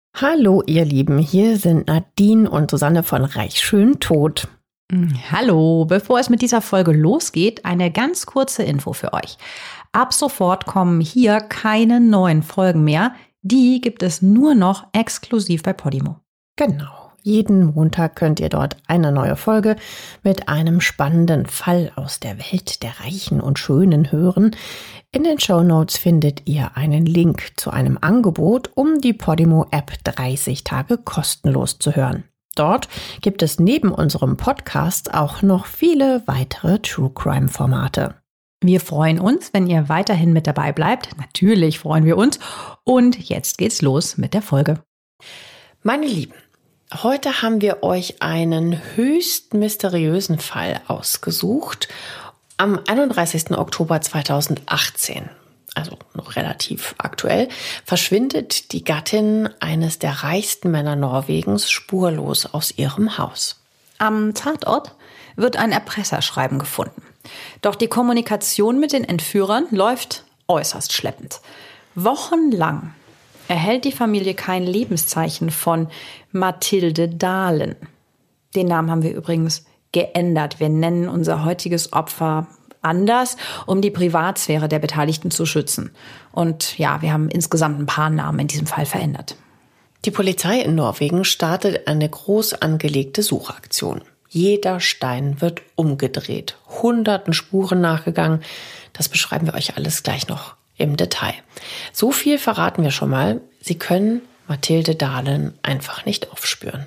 Hallo ihr Lieben, hier sind Nadine und Susanne von Reich schön tot. Hallo, bevor es mit dieser Folge losgeht, eine ganz kurze Info für euch. Ab sofort kommen hier keine neuen Folgen mehr. Die gibt es nur noch exklusiv bei Podimo. Genau, jeden Montag könnt ihr dort eine neue Folge mit einem spannenden Fall aus der Welt der Reichen und Schönen hören. In den Shownotes findet ihr einen Link zu einem Angebot, um die Podimo-App 30 Tage kostenlos zu hören. Dort gibt es neben unserem Podcast auch noch viele weitere True-Crime-Formate. Wir freuen uns, wenn ihr weiterhin mit dabei bleibt. Natürlich freuen wir uns. Und jetzt geht's los mit der Folge. Meine Lieben, heute haben wir euch einen höchst mysteriösen Fall ausgesucht. Am 31. Oktober 2018, also noch relativ aktuell, verschwindet die Gattin eines der reichsten Männer Norwegens spurlos aus ihrem Haus. Am Tatort wird ein Erpresserschreiben gefunden. Doch die Kommunikation mit den Entführern läuft äußerst schleppend. Wochenlang erhält die Familie kein Lebenszeichen von Mathilde Dahlen. Den Namen haben wir übrigens geändert. Wir nennen unser heutiges Opfer anders, um die Privatsphäre der Beteiligten zu schützen. Und ja, wir haben insgesamt ein paar Namen in diesem Fall verändert. Die Polizei in Norwegen startet eine groß angelegte Suchaktion. Jeder Stein wird umgedreht, hunderten Spuren nachgegangen. Das beschreiben wir euch alles gleich noch im Detail. So viel verraten wir schon mal. Sie können Mathilde Dahlen einfach nicht aufspüren.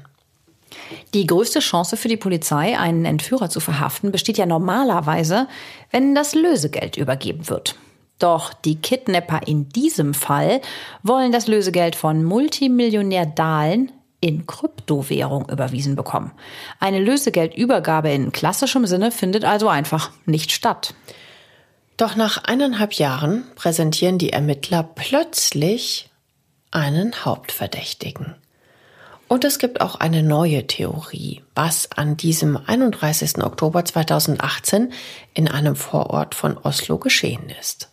Die größte Chance für die Polizei, einen Entführer zu verhaften, besteht ja normalerweise, wenn das Lösegeld übergeben wird. Doch die Kidnapper in diesem Fall wollen das Lösegeld von Multimillionär Dahlen in Kryptowährung überwiesen bekommen. Eine Lösegeldübergabe in klassischem Sinne findet also einfach nicht statt. Doch nach 1,5 Jahren präsentieren die Ermittler plötzlich einen Hauptverdächtigen. Und es gibt auch eine neue Theorie, was an diesem 31. Oktober 2018 in einem Vorort von Oslo geschehen ist.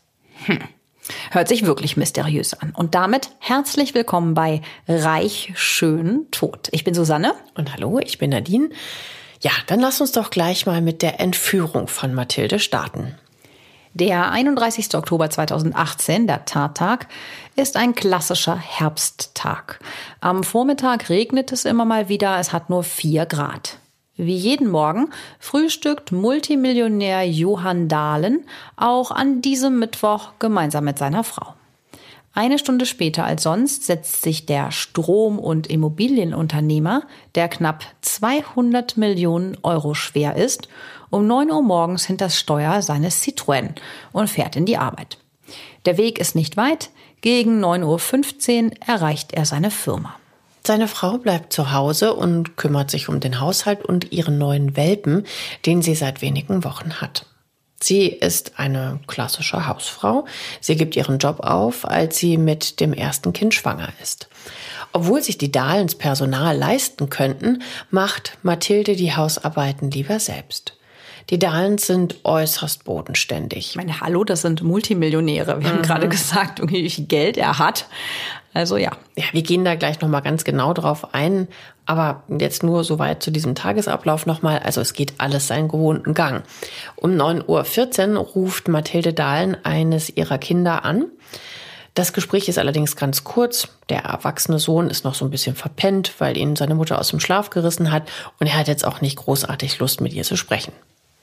Hört sich wirklich mysteriös an. Und damit herzlich willkommen bei Reich schön tot. Ich bin Susanne. Und hallo, ich bin Nadine. Ja, dann lass uns doch gleich mal mit der Entführung von Mathilde starten. Der 31. Oktober 2018, der Tattag, ist ein klassischer Herbsttag. Am Vormittag regnet es immer mal wieder, es hat nur 4 Grad. Wie jeden Morgen frühstückt Multimillionär Johan Dahlen auch an diesem Mittwoch gemeinsam mit seiner Frau. Eine Stunde später als sonst setzt sich der Strom- und Immobilienunternehmer, der knapp 200 Millionen Euro schwer ist, um 9 Uhr morgens hinters Steuer seines Citroën und fährt in die Arbeit. Der Weg ist nicht weit. Gegen 9:15 Uhr erreicht er seine Firma. Seine Frau bleibt zu Hause und kümmert sich um den Haushalt und ihren neuen Welpen, den sie seit wenigen Wochen hat. Sie ist eine klassische Hausfrau. Sie gibt ihren Job auf, als sie mit dem ersten Kind schwanger ist. Obwohl sich die Dahlens Personal leisten könnten, macht Mathilde die Hausarbeiten lieber selbst. Die Dahlens sind äußerst bodenständig. Ich meine, hallo, das sind Multimillionäre. Wir haben gerade gesagt, wie viel Geld er hat. Also ja. Ja, wir gehen da gleich nochmal ganz genau drauf ein. Aber jetzt nur soweit zu diesem Tagesablauf nochmal. Also es geht alles seinen gewohnten Gang. Um 9:14 Uhr ruft Mathilde Dahlen eines ihrer Kinder an. Das Gespräch ist allerdings ganz kurz. Der erwachsene Sohn ist noch so ein bisschen verpennt, weil ihn seine Mutter aus dem Schlaf gerissen hat. Und er hat jetzt auch nicht großartig Lust, mit ihr zu sprechen.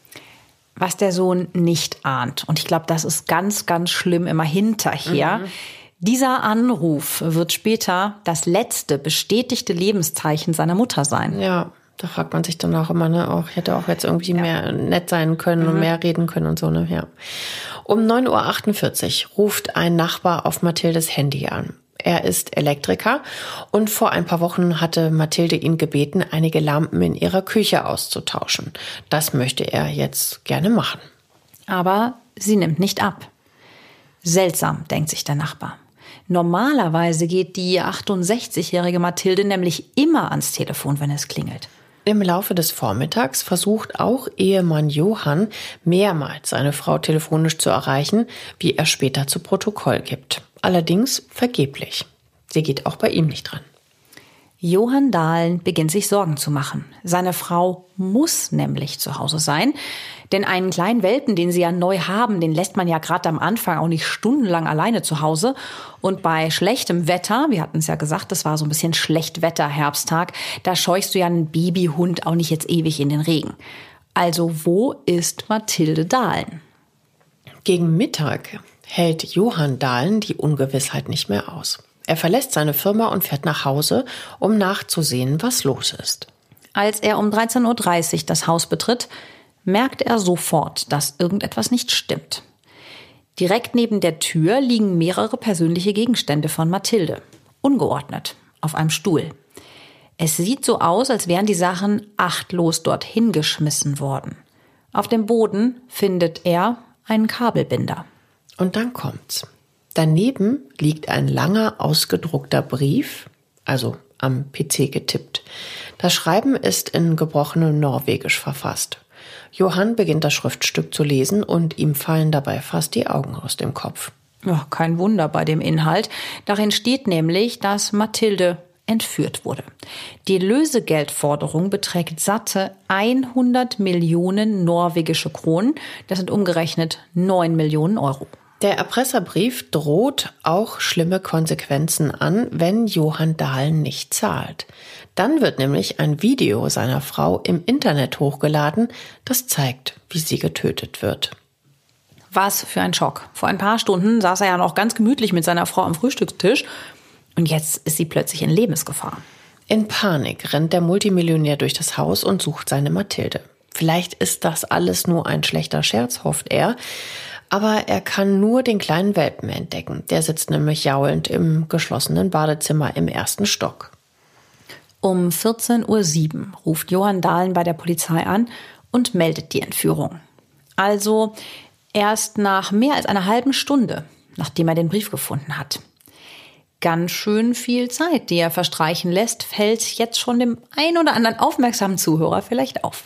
Was der Sohn nicht ahnt, und ich glaube, das ist ganz, ganz schlimm immer hinterher, dieser Anruf wird später das letzte bestätigte Lebenszeichen seiner Mutter sein. Ja, da fragt man sich dann auch immer, ne, auch, ich hätte auch jetzt irgendwie mehr nett sein können und mehr reden können und so, ne, ja. Um 9:48 Uhr ruft ein Nachbar auf Mathildes Handy an. Er ist Elektriker und vor ein paar Wochen hatte Mathilde ihn gebeten, einige Lampen in ihrer Küche auszutauschen. Das möchte er jetzt gerne machen. Aber sie nimmt nicht ab. Seltsam, denkt sich der Nachbar. Normalerweise geht die 68-jährige Mathilde nämlich immer ans Telefon, wenn es klingelt. Im Laufe des Vormittags versucht auch Ehemann Johann mehrmals seine Frau telefonisch zu erreichen, wie er später zu Protokoll gibt. Allerdings vergeblich. Sie geht auch bei ihm nicht dran. Johan Dahlen beginnt sich Sorgen zu machen. Seine Frau muss nämlich zu Hause sein, denn einen kleinen Welpen, den sie ja neu haben, den lässt man ja gerade am Anfang auch nicht stundenlang alleine zu Hause. Und bei schlechtem Wetter, wir hatten es ja gesagt, das war so ein bisschen Schlechtwetter, Herbsttag, da scheuchst du ja einen Babyhund auch nicht jetzt ewig in den Regen. Also wo ist Mathilde Dahlen? Gegen Mittag hält Johan Dahlen die Ungewissheit nicht mehr aus. Er verlässt seine Firma und fährt nach Hause, um nachzusehen, was los ist. Als er um 13.30 Uhr das Haus betritt, merkt er sofort, dass irgendetwas nicht stimmt. Direkt neben der Tür liegen mehrere persönliche Gegenstände von Mathilde, ungeordnet, auf einem Stuhl. Es sieht so aus, als wären die Sachen achtlos dorthin geschmissen worden. Auf dem Boden findet er einen Kabelbinder. Und dann kommt's. Daneben liegt ein langer, ausgedruckter Brief, also am PC getippt. Das Schreiben ist in gebrochenem Norwegisch verfasst. Johann beginnt das Schriftstück zu lesen und ihm fallen dabei fast die Augen aus dem Kopf. Ja, kein Wunder bei dem Inhalt. Darin steht nämlich, dass Mathilde entführt wurde. Die Lösegeldforderung beträgt satte 100 Millionen norwegische Kronen. Das sind umgerechnet 9 Millionen Euro. Der Erpresserbrief droht auch schlimme Konsequenzen an, wenn Johan Dahlen nicht zahlt. Dann wird nämlich ein Video seiner Frau im Internet hochgeladen, das zeigt, wie sie getötet wird. Was für ein Schock. Vor ein paar Stunden saß er ja noch ganz gemütlich mit seiner Frau am Frühstückstisch und jetzt ist sie plötzlich in Lebensgefahr. In Panik rennt der Multimillionär durch das Haus und sucht seine Mathilde. Vielleicht ist das alles nur ein schlechter Scherz, hofft er. Aber er kann nur den kleinen Welpen entdecken. Der sitzt nämlich jaulend im geschlossenen Badezimmer im 1. Stock. Um 14.07 Uhr ruft Johan Dahlen bei der Polizei an und meldet die Entführung. Also erst nach mehr als einer halben Stunde, nachdem er den Brief gefunden hat. Ganz schön viel Zeit, die er verstreichen lässt, fällt jetzt schon dem ein oder anderen aufmerksamen Zuhörer vielleicht auf.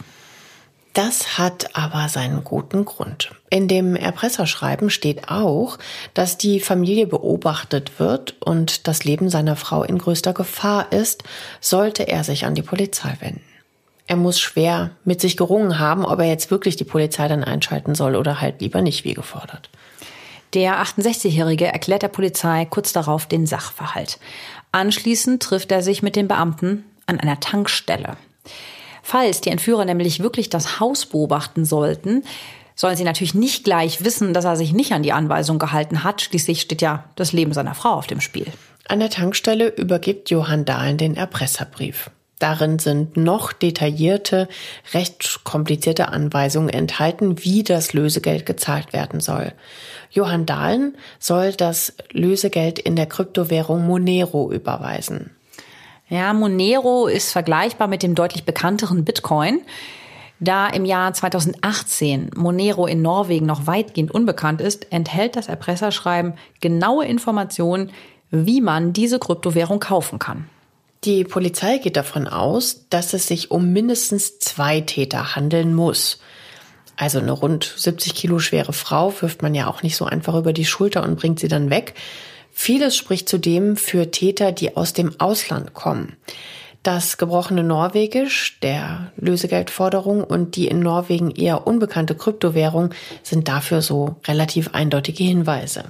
Das hat aber seinen guten Grund. In dem Erpresserschreiben steht auch, dass die Familie beobachtet wird und das Leben seiner Frau in größter Gefahr ist, sollte er sich an die Polizei wenden. Er muss schwer mit sich gerungen haben, ob er jetzt wirklich die Polizei dann einschalten soll oder halt lieber nicht, wie gefordert. Der 68-Jährige erklärt der Polizei kurz darauf den Sachverhalt. Anschließend trifft er sich mit den Beamten an einer Tankstelle. Falls die Entführer nämlich wirklich das Haus beobachten sollten, sollen sie natürlich nicht gleich wissen, dass er sich nicht an die Anweisung gehalten hat. Schließlich steht ja das Leben seiner Frau auf dem Spiel. An der Tankstelle übergibt Johan Dahlen den Erpresserbrief. Darin sind noch detaillierte, recht komplizierte Anweisungen enthalten, wie das Lösegeld gezahlt werden soll. Johan Dahlen soll das Lösegeld in der Kryptowährung Monero überweisen. Ja, Monero ist vergleichbar mit dem deutlich bekannteren Bitcoin. Da im Jahr 2018 Monero in Norwegen noch weitgehend unbekannt ist, enthält das Erpresserschreiben genaue Informationen, wie man diese Kryptowährung kaufen kann. Die Polizei geht davon aus, dass es sich um mindestens 2 Täter handeln muss. Also eine rund 70 Kilo schwere Frau wirft man ja auch nicht so einfach über die Schulter und bringt sie dann weg. Vieles spricht zudem für Täter, die aus dem Ausland kommen. Das gebrochene Norwegisch der Lösegeldforderung und die in Norwegen eher unbekannte Kryptowährung sind dafür so relativ eindeutige Hinweise.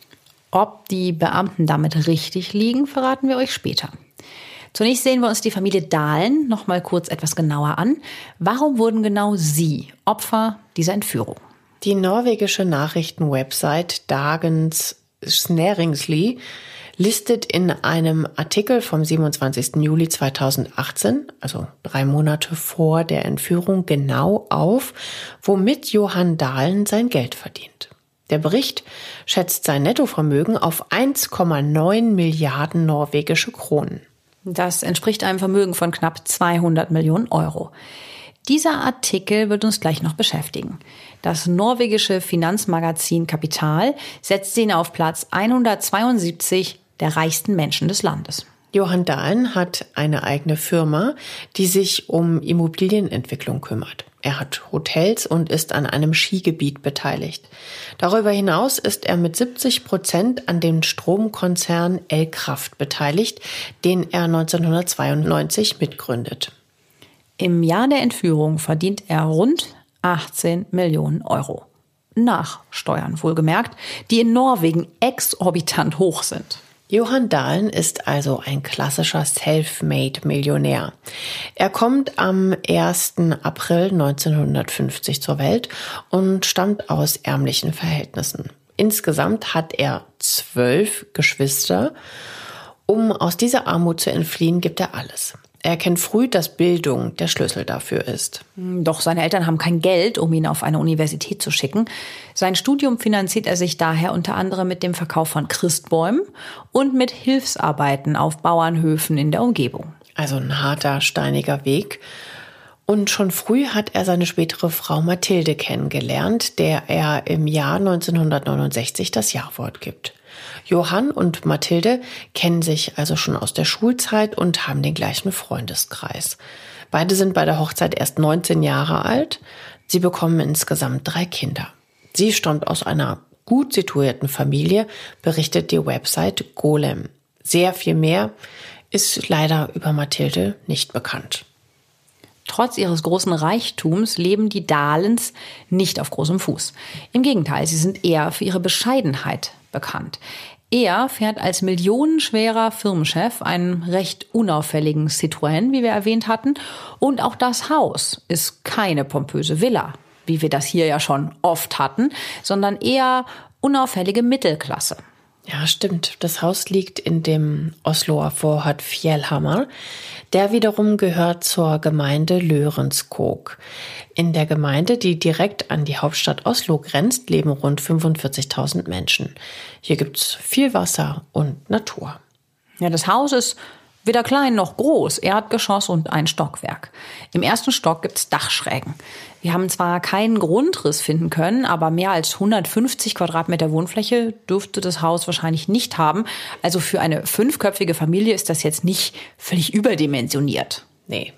Ob die Beamten damit richtig liegen, verraten wir euch später. Zunächst sehen wir uns die Familie Dahlen noch mal kurz etwas genauer an. Warum wurden genau sie Opfer dieser Entführung? Die norwegische Nachrichtenwebsite Dagens Næringsliv listet in einem Artikel vom 27. Juli 2018, also 3 Monate vor der Entführung, genau auf, womit Johan Dahlen sein Geld verdient. Der Bericht schätzt sein Nettovermögen auf 1,9 Milliarden norwegische Kronen. Das entspricht einem Vermögen von knapp 200 Millionen Euro. Dieser Artikel wird uns gleich noch beschäftigen. Das norwegische Finanzmagazin Kapital setzt ihn auf Platz 172 der reichsten Menschen des Landes. Johann Dahlen hat eine eigene Firma, die sich um Immobilienentwicklung kümmert. Er hat Hotels und ist an einem Skigebiet beteiligt. Darüber hinaus ist er mit 70% an dem Stromkonzern L-Kraft beteiligt, den er 1992 mitgründet. Im Jahr der Entführung verdient er rund 18 Millionen Euro. Nach Steuern wohlgemerkt, die in Norwegen exorbitant hoch sind. Johann Dahlen ist also ein klassischer Self-Made-Millionär. Er kommt am 1. April 1950 zur Welt und stammt aus ärmlichen Verhältnissen. Insgesamt hat er 12 Geschwister. Um aus dieser Armut zu entfliehen, gibt er alles. Er erkennt früh, dass Bildung der Schlüssel dafür ist. Doch seine Eltern haben kein Geld, um ihn auf eine Universität zu schicken. Sein Studium finanziert er sich daher unter anderem mit dem Verkauf von Christbäumen und mit Hilfsarbeiten auf Bauernhöfen in der Umgebung. Also ein harter, steiniger Weg. Und schon früh hat er seine spätere Frau Mathilde kennengelernt, der er im Jahr 1969 das Ja-Wort gibt. Johann und Mathilde kennen sich also schon aus der Schulzeit und haben den gleichen Freundeskreis. Beide sind bei der Hochzeit erst 19 Jahre alt. Sie bekommen insgesamt 3 Kinder. Sie stammt aus einer gut situierten Familie, berichtet die Website Golem. Sehr viel mehr ist leider über Mathilde nicht bekannt. Trotz ihres großen Reichtums leben die Dahlens nicht auf großem Fuß. Im Gegenteil, sie sind eher für ihre Bescheidenheit bekannt. Er fährt als millionenschwerer Firmenchef einen recht unauffälligen Citroën, wie wir erwähnt hatten. Und auch das Haus ist keine pompöse Villa, wie wir das hier ja schon oft hatten, sondern eher unauffällige Mittelklasse. Ja, stimmt. Das Haus liegt in dem Osloer Vorort Fjellhamar. Der wiederum gehört zur Gemeinde Lørenskog. In der Gemeinde, die direkt an die Hauptstadt Oslo grenzt, leben rund 45.000 Menschen. Hier gibt's viel Wasser und Natur. Ja, das Haus ist weder klein noch groß, Erdgeschoss und ein Stockwerk. Im ersten Stock gibt's Dachschrägen. Wir haben zwar keinen Grundriss finden können, aber mehr als 150 Quadratmeter Wohnfläche dürfte das Haus wahrscheinlich nicht haben. Also für eine 5-köpfige Familie ist das jetzt nicht völlig überdimensioniert. Nee.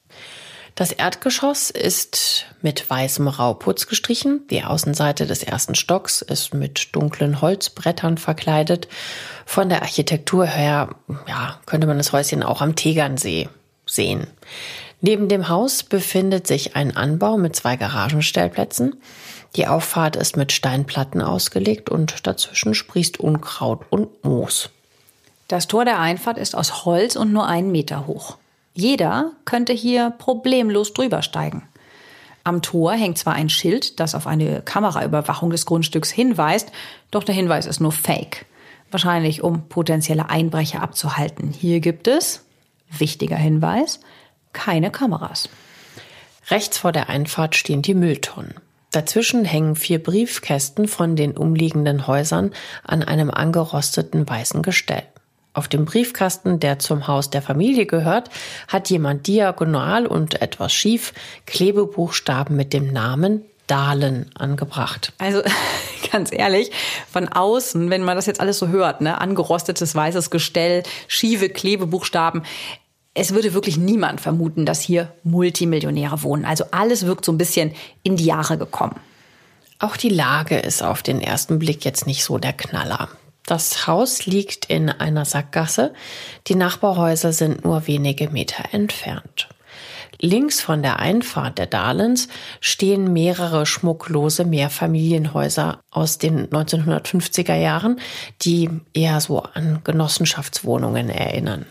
Das Erdgeschoss ist mit weißem Rauputz gestrichen. Die Außenseite des ersten Stocks ist mit dunklen Holzbrettern verkleidet. Von der Architektur her, ja, könnte man das Häuschen auch am Tegernsee sehen. Neben dem Haus befindet sich ein Anbau mit 2 Garagenstellplätzen. Die Auffahrt ist mit Steinplatten ausgelegt und dazwischen sprießt Unkraut und Moos. Das Tor der Einfahrt ist aus Holz und nur 1 Meter hoch. Jeder könnte hier problemlos drüber steigen. Am Tor hängt zwar ein Schild, das auf eine Kameraüberwachung des Grundstücks hinweist, doch der Hinweis ist nur Fake. Wahrscheinlich, um potenzielle Einbrecher abzuhalten. Hier gibt es, wichtiger Hinweis, keine Kameras. Rechts vor der Einfahrt stehen die Mülltonnen. Dazwischen hängen 4 Briefkästen von den umliegenden Häusern an einem angerosteten weißen Gestell. Auf dem Briefkasten, der zum Haus der Familie gehört, hat jemand diagonal und etwas schief Klebebuchstaben mit dem Namen Dahlen angebracht. Also ganz ehrlich, von außen, wenn man das jetzt alles so hört, ne, angerostetes weißes Gestell, schiefe Klebebuchstaben, es würde wirklich niemand vermuten, dass hier Multimillionäre wohnen. Also alles wirkt so ein bisschen in die Jahre gekommen. Auch die Lage ist auf den ersten Blick jetzt nicht so der Knaller. Das Haus liegt in einer Sackgasse. Die Nachbarhäuser sind nur wenige Meter entfernt. Links von der Einfahrt der Dahlens stehen mehrere schmucklose Mehrfamilienhäuser aus den 1950er Jahren, die eher so an Genossenschaftswohnungen erinnern.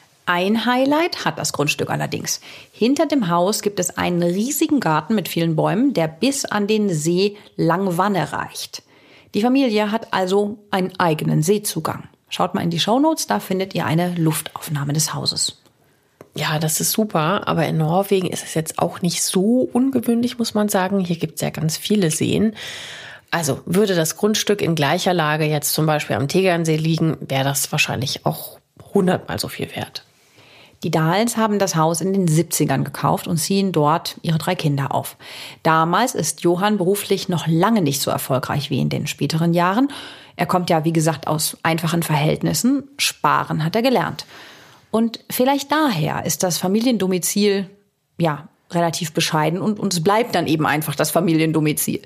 Ein Highlight hat das Grundstück allerdings. Hinter dem Haus gibt es einen riesigen Garten mit vielen Bäumen, der bis an den See Langwanne reicht. Die Familie hat also einen eigenen Seezugang. Schaut mal in die Shownotes, da findet ihr eine Luftaufnahme des Hauses. Ja, das ist super, aber in Norwegen ist es jetzt auch nicht so ungewöhnlich, muss man sagen. Hier gibt es ja ganz viele Seen. Also würde das Grundstück in gleicher Lage jetzt zum Beispiel am Tegernsee liegen, wäre das wahrscheinlich auch 100-mal so viel wert. Die Dahlens haben das Haus in den 70ern gekauft und ziehen dort ihre 3 Kinder auf. Damals ist Johann beruflich noch lange nicht so erfolgreich wie in den späteren Jahren. Er kommt ja, wie gesagt, aus einfachen Verhältnissen. Sparen hat er gelernt. Und vielleicht daher ist das Familiendomizil ja relativ bescheiden und es bleibt dann eben einfach das Familiendomizil.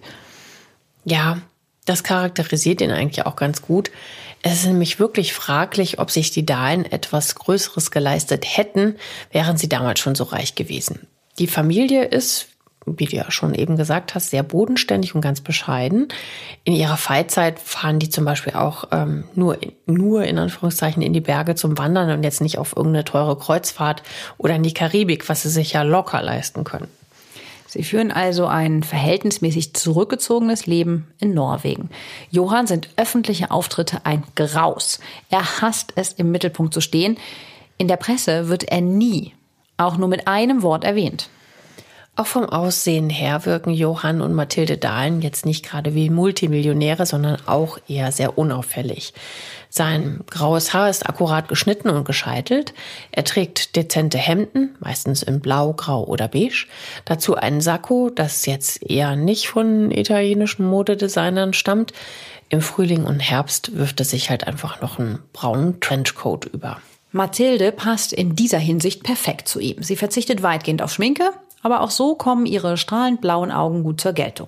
Ja, das charakterisiert ihn eigentlich auch ganz gut. Es ist nämlich wirklich fraglich, ob sich die Dahlen etwas Größeres geleistet hätten, wären sie damals schon so reich gewesen. Die Familie ist, wie du ja schon eben gesagt hast, sehr bodenständig und ganz bescheiden. In ihrer Freizeit fahren die zum Beispiel auch nur in Anführungszeichen in die Berge zum Wandern und jetzt nicht auf irgendeine teure Kreuzfahrt oder in die Karibik, was sie sich ja locker leisten können. Sie führen also ein verhältnismäßig zurückgezogenes Leben in Norwegen. Johann sind öffentliche Auftritte ein Graus. Er hasst es, im Mittelpunkt zu stehen. In der Presse wird er nie, auch nur mit einem Wort erwähnt. Auch vom Aussehen her wirken Johann und Mathilde Dahlen jetzt nicht gerade wie Multimillionäre, sondern auch eher sehr unauffällig. Sein graues Haar ist akkurat geschnitten und gescheitelt. Er trägt dezente Hemden, meistens in Blau, Grau oder Beige. Dazu einen Sakko, das jetzt eher nicht von italienischen Modedesignern stammt. Im Frühling und Herbst wirft er sich halt einfach noch einen braunen Trenchcoat über. Mathilde passt in dieser Hinsicht perfekt zu ihm. Sie verzichtet weitgehend auf Schminke, aber auch so kommen ihre strahlend blauen Augen gut zur Geltung.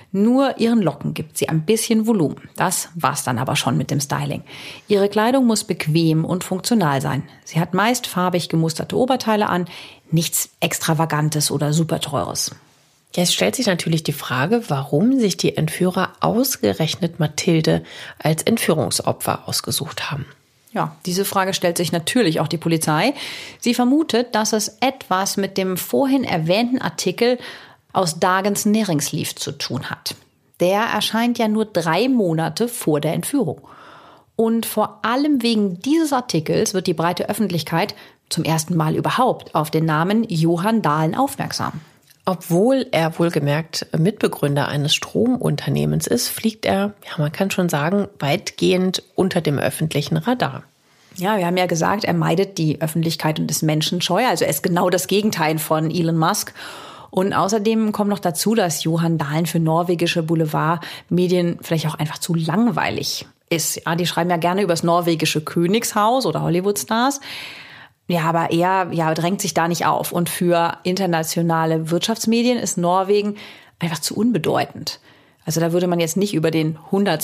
Nur ihren Locken gibt sie ein bisschen Volumen. Das war's dann aber schon mit dem Styling. Ihre Kleidung muss bequem und funktional sein. Sie hat meist farbig gemusterte Oberteile an, nichts Extravagantes oder super Teures. Jetzt stellt sich natürlich die Frage, warum sich die Entführer ausgerechnet Mathilde als Entführungsopfer ausgesucht haben. Ja, diese Frage stellt sich natürlich auch die Polizei. Sie vermutet, dass es etwas mit dem vorhin erwähnten Artikel aus Dagens Næringsliv zu tun hat. Der erscheint ja nur 3 Monate vor der Entführung. Und vor allem wegen dieses Artikels wird die breite Öffentlichkeit zum ersten Mal überhaupt auf den Namen Johann Dahlen aufmerksam. Obwohl er wohlgemerkt Mitbegründer eines Stromunternehmens ist, fliegt er, ja, man kann schon sagen, weitgehend unter dem öffentlichen Radar. Ja, wir haben ja gesagt, er meidet die Öffentlichkeit und ist menschenscheu. Also er ist genau das Gegenteil von Elon Musk. Und außerdem kommt noch dazu, dass Johann Dahlen für norwegische Boulevardmedien vielleicht auch einfach zu langweilig ist. Ja, die schreiben ja gerne über das norwegische Königshaus oder Hollywood-Stars. Ja, aber er drängt sich da nicht auf. Und für internationale Wirtschaftsmedien ist Norwegen einfach zu unbedeutend. Also da würde man jetzt nicht über den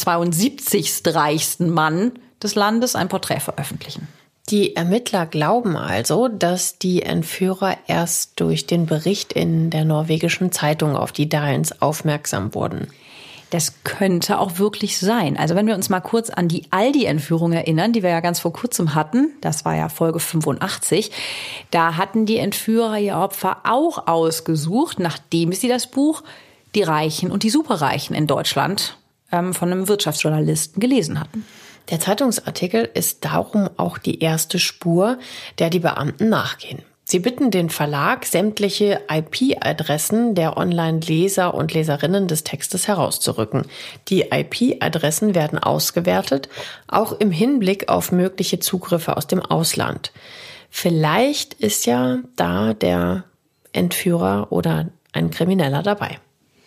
172. reichsten Mann des Landes ein Porträt veröffentlichen. Die Ermittler glauben also, dass die Entführer erst durch den Bericht in der norwegischen Zeitung auf die Dahlens aufmerksam wurden. Das könnte auch wirklich sein. Also wenn wir uns mal kurz an die Aldi-Entführung erinnern, die wir ja ganz vor kurzem hatten, das war ja Folge 85, da hatten die Entführer ihr Opfer auch ausgesucht, nachdem sie das Buch Die Reichen und die Superreichen in Deutschland von einem Wirtschaftsjournalisten gelesen hatten. Der Zeitungsartikel ist darum auch die erste Spur, der die Beamten nachgehen. Sie bitten den Verlag, sämtliche IP-Adressen der Online-Leser und Leserinnen des Textes herauszurücken. Die IP-Adressen werden ausgewertet, auch im Hinblick auf mögliche Zugriffe aus dem Ausland. Vielleicht ist ja da der Entführer oder ein Krimineller dabei.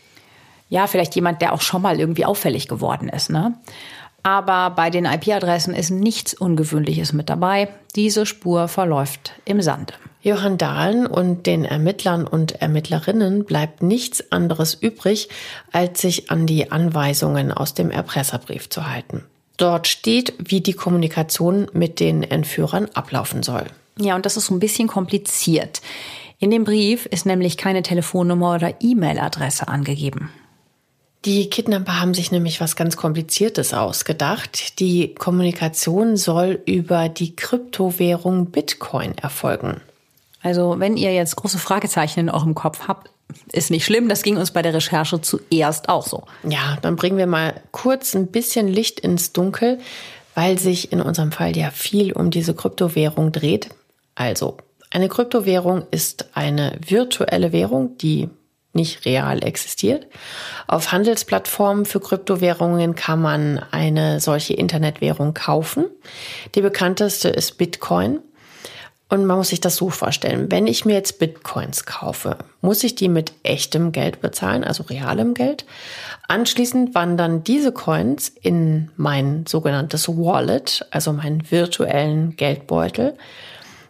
Ja, vielleicht jemand, der auch schon mal irgendwie auffällig geworden ist, ne? Aber bei den IP-Adressen ist nichts Ungewöhnliches mit dabei. Diese Spur verläuft im Sande. Johann Dahlen und den Ermittlern und Ermittlerinnen bleibt nichts anderes übrig, als sich an die Anweisungen aus dem Erpresserbrief zu halten. Dort steht, wie die Kommunikation mit den Entführern ablaufen soll. Ja, und das ist so ein bisschen kompliziert. In dem Brief ist nämlich keine Telefonnummer oder E-Mail-Adresse angegeben. Die Kidnapper haben sich nämlich was ganz Kompliziertes ausgedacht. Die Kommunikation soll über die Kryptowährung Bitcoin erfolgen. Also wenn ihr jetzt große Fragezeichen in eurem Kopf habt, ist nicht schlimm. Das ging uns bei der Recherche zuerst auch so. Ja, dann bringen wir mal kurz ein bisschen Licht ins Dunkel, weil sich in unserem Fall ja viel um diese Kryptowährung dreht. Also, eine Kryptowährung ist eine virtuelle Währung, die nicht real existiert. Auf Handelsplattformen für Kryptowährungen kann man eine solche Internetwährung kaufen. Die bekannteste ist Bitcoin. Und man muss sich das so vorstellen, wenn ich mir jetzt Bitcoins kaufe, muss ich die mit echtem Geld bezahlen, also realem Geld. Anschließend wandern diese Coins in mein sogenanntes Wallet, also meinen virtuellen Geldbeutel.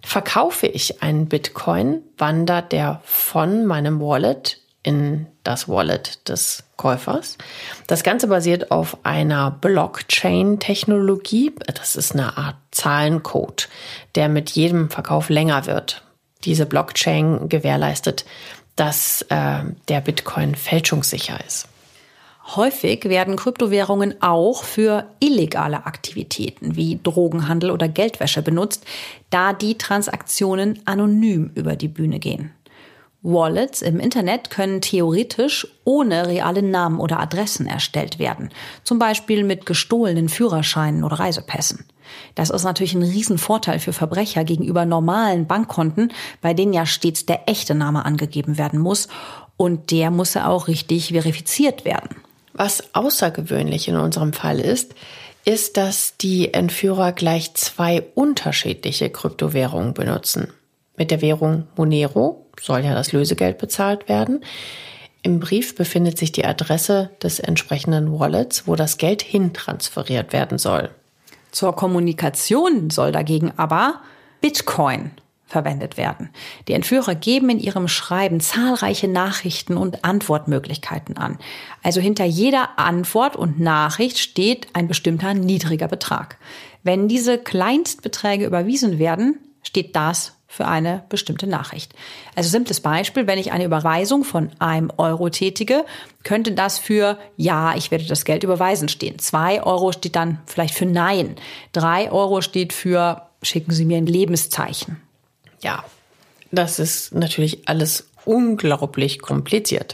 Verkaufe ich einen Bitcoin, wandert der von meinem Wallet in das Wallet des Käufers. Das Ganze basiert auf einer Blockchain-Technologie. Das ist eine Art Zahlencode, der mit jedem Verkauf länger wird. Diese Blockchain gewährleistet, dass der Bitcoin fälschungssicher ist. Häufig werden Kryptowährungen auch für illegale Aktivitäten wie Drogenhandel oder Geldwäsche benutzt, da die Transaktionen anonym über die Bühne gehen. Wallets im Internet können theoretisch ohne reale Namen oder Adressen erstellt werden, zum Beispiel mit gestohlenen Führerscheinen oder Reisepässen. Das ist natürlich ein Riesenvorteil für Verbrecher gegenüber normalen Bankkonten, bei denen ja stets der echte Name angegeben werden muss und der muss ja auch richtig verifiziert werden. Was außergewöhnlich in unserem Fall ist, dass die Entführer gleich 2 unterschiedliche Kryptowährungen benutzen. Mit der Währung Monero soll ja das Lösegeld bezahlt werden. Im Brief befindet sich die Adresse des entsprechenden Wallets, wo das Geld hintransferiert werden soll. Zur Kommunikation soll dagegen aber Bitcoin verwendet werden. Die Entführer geben in ihrem Schreiben zahlreiche Nachrichten und Antwortmöglichkeiten an. Also hinter jeder Antwort und Nachricht steht ein bestimmter niedriger Betrag. Wenn diese Kleinstbeträge überwiesen werden, steht das für eine bestimmte Nachricht. Also simples Beispiel, wenn ich eine Überweisung von 1 Euro tätige, könnte das für Ja, ich werde das Geld überweisen stehen. 2 Euro steht dann vielleicht für Nein. 3 Euro steht für Schicken Sie mir ein Lebenszeichen. Ja, das ist natürlich alles unglaublich kompliziert.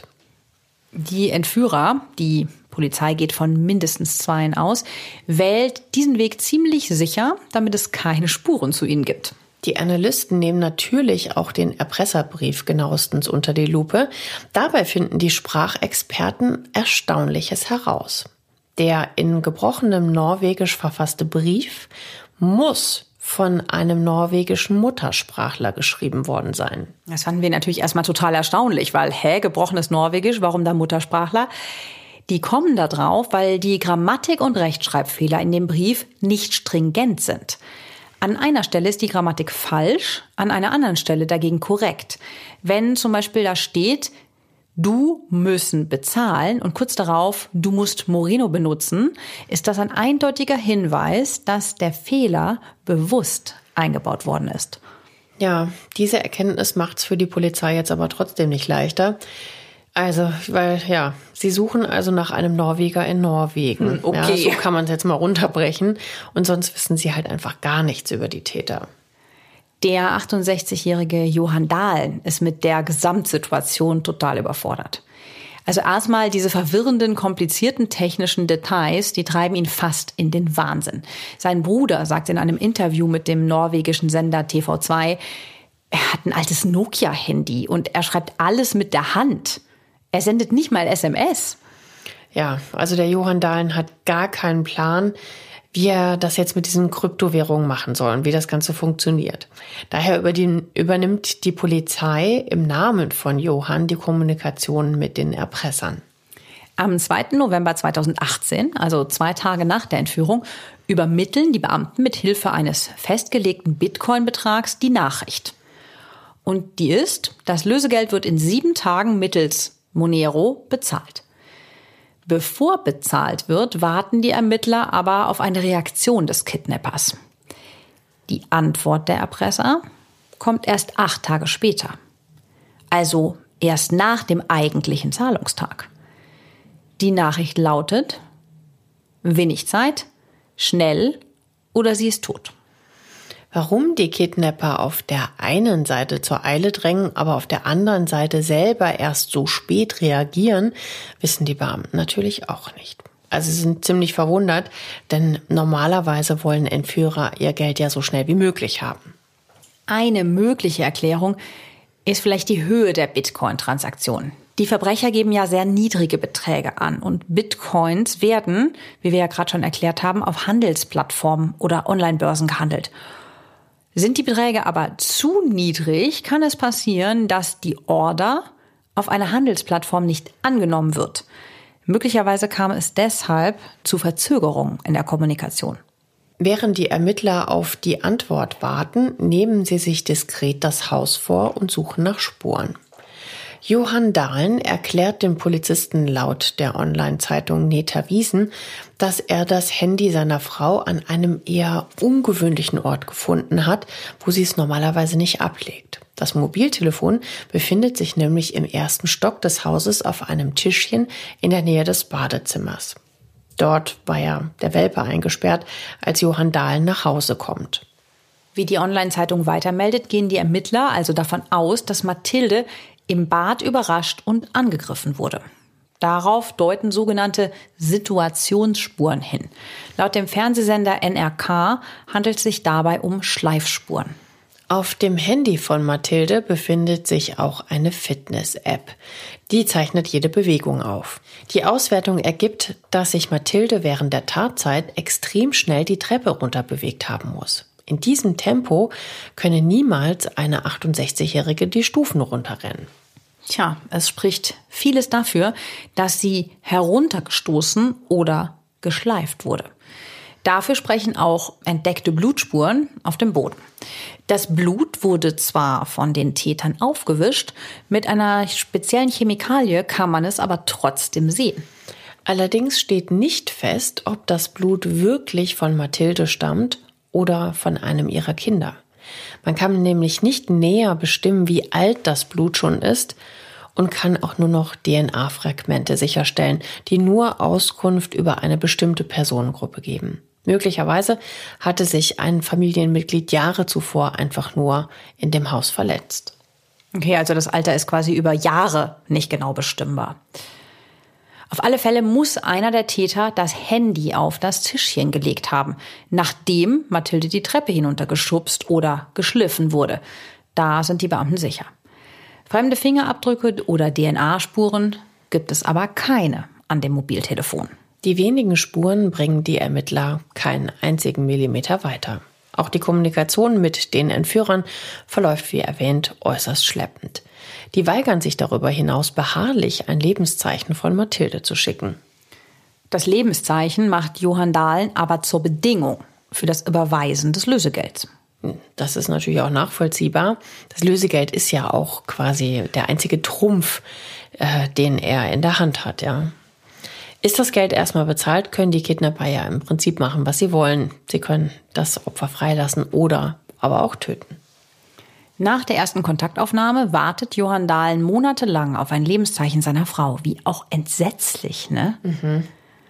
Die Entführer, die Polizei geht von mindestens 2 aus, wählt diesen Weg ziemlich sicher, damit es keine Spuren zu ihnen gibt. Die Analysten nehmen natürlich auch den Erpresserbrief genauestens unter die Lupe. Dabei finden die Sprachexperten Erstaunliches heraus. Der in gebrochenem Norwegisch verfasste Brief muss von einem norwegischen Muttersprachler geschrieben worden sein. Das fanden wir natürlich erstmal total erstaunlich, weil, gebrochenes Norwegisch, warum da Muttersprachler? Die kommen da drauf, weil die Grammatik- und Rechtschreibfehler in dem Brief nicht stringent sind. An einer Stelle ist die Grammatik falsch, an einer anderen Stelle dagegen korrekt. Wenn zum Beispiel da steht, du müssen bezahlen und kurz darauf, du musst Moreno benutzen, ist das ein eindeutiger Hinweis, dass der Fehler bewusst eingebaut worden ist. Ja, diese Erkenntnis macht's für die Polizei jetzt aber trotzdem nicht leichter. Also, weil, sie suchen also nach einem Norweger in Norwegen. Okay. Ja, so kann man es jetzt mal runterbrechen. Und sonst wissen sie halt einfach gar nichts über die Täter. Der 68-jährige Johan Dahlen ist mit der Gesamtsituation total überfordert. Also erstmal diese verwirrenden, komplizierten technischen Details, die treiben ihn fast in den Wahnsinn. Sein Bruder sagt in einem Interview mit dem norwegischen Sender TV2, er hat ein altes Nokia-Handy und er schreibt alles mit der Hand. Er sendet nicht mal SMS. Ja, also der Johan Dahlen hat gar keinen Plan, wie er das jetzt mit diesen Kryptowährungen machen soll und wie das Ganze funktioniert. Daher übernimmt die Polizei im Namen von Johann die Kommunikation mit den Erpressern. Am 2. November 2018, also 2 Tage nach der Entführung, übermitteln die Beamten mit Hilfe eines festgelegten Bitcoin-Betrags die Nachricht. Und die ist, das Lösegeld wird in 7 Tagen mittels Monero bezahlt. Bevor bezahlt wird, warten die Ermittler aber auf eine Reaktion des Kidnappers. Die Antwort der Erpresser kommt erst 8 Tage später. Also erst nach dem eigentlichen Zahlungstag. Die Nachricht lautet: wenig Zeit, schnell oder sie ist tot. Warum die Kidnapper auf der einen Seite zur Eile drängen, aber auf der anderen Seite selber erst so spät reagieren, wissen die Beamten natürlich auch nicht. Also sie sind ziemlich verwundert, denn normalerweise wollen Entführer ihr Geld ja so schnell wie möglich haben. Eine mögliche Erklärung ist vielleicht die Höhe der Bitcoin-Transaktionen. Die Verbrecher geben ja sehr niedrige Beträge an und Bitcoins werden, wie wir ja gerade schon erklärt haben, auf Handelsplattformen oder Online-Börsen gehandelt. Sind die Beträge aber zu niedrig, kann es passieren, dass die Order auf einer Handelsplattform nicht angenommen wird. Möglicherweise kam es deshalb zu Verzögerungen in der Kommunikation. Während die Ermittler auf die Antwort warten, nehmen sie sich diskret das Haus vor und suchen nach Spuren. Johann Dahlen erklärt dem Polizisten laut der Online-Zeitung Neta Wiesen, dass er das Handy seiner Frau an einem eher ungewöhnlichen Ort gefunden hat, wo sie es normalerweise nicht ablegt. Das Mobiltelefon befindet sich nämlich im ersten Stock des Hauses auf einem Tischchen in der Nähe des Badezimmers. Dort war ja der Welpe eingesperrt, als Johann Dahlen nach Hause kommt. Wie die Online-Zeitung weitermeldet, gehen die Ermittler also davon aus, dass Mathilde im Bad überrascht und angegriffen wurde. Darauf deuten sogenannte Situationsspuren hin. Laut dem Fernsehsender NRK handelt es sich dabei um Schleifspuren. Auf dem Handy von Mathilde befindet sich auch eine Fitness-App. Die zeichnet jede Bewegung auf. Die Auswertung ergibt, dass sich Mathilde während der Tatzeit extrem schnell die Treppe runterbewegt haben muss. In diesem Tempo könne niemals eine 68-Jährige die Stufen runterrennen. Tja, es spricht vieles dafür, dass sie heruntergestoßen oder geschleift wurde. Dafür sprechen auch entdeckte Blutspuren auf dem Boden. Das Blut wurde zwar von den Tätern aufgewischt, mit einer speziellen Chemikalie kann man es aber trotzdem sehen. Allerdings steht nicht fest, ob das Blut wirklich von Mathilde stammt oder von einem ihrer Kinder. Man kann nämlich nicht näher bestimmen, wie alt das Blut schon ist und kann auch nur noch DNA-Fragmente sicherstellen, die nur Auskunft über eine bestimmte Personengruppe geben. Möglicherweise hatte sich ein Familienmitglied Jahre zuvor einfach nur in dem Haus verletzt. Okay, also das Alter ist quasi über Jahre nicht genau bestimmbar. Auf alle Fälle muss einer der Täter das Handy auf das Tischchen gelegt haben, nachdem Mathilde die Treppe hinuntergeschubst oder geschliffen wurde. Da sind die Beamten sicher. Fremde Fingerabdrücke oder DNA-Spuren gibt es aber keine an dem Mobiltelefon. Die wenigen Spuren bringen die Ermittler keinen einzigen Millimeter weiter. Auch die Kommunikation mit den Entführern verläuft, wie erwähnt, äußerst schleppend. Die weigern sich darüber hinaus beharrlich, ein Lebenszeichen von Mathilde zu schicken. Das Lebenszeichen macht Johann Dahlen aber zur Bedingung für das Überweisen des Lösegelds. Das ist natürlich auch nachvollziehbar. Das Lösegeld ist ja auch quasi der einzige Trumpf, den er in der Hand hat, ja. Ist das Geld erstmal bezahlt, können die Kidnapper ja im Prinzip machen, was sie wollen. Sie können das Opfer freilassen oder aber auch töten. Nach der ersten Kontaktaufnahme wartet Johann Dahlen monatelang auf ein Lebenszeichen seiner Frau. Wie auch entsetzlich, ne? Mhm.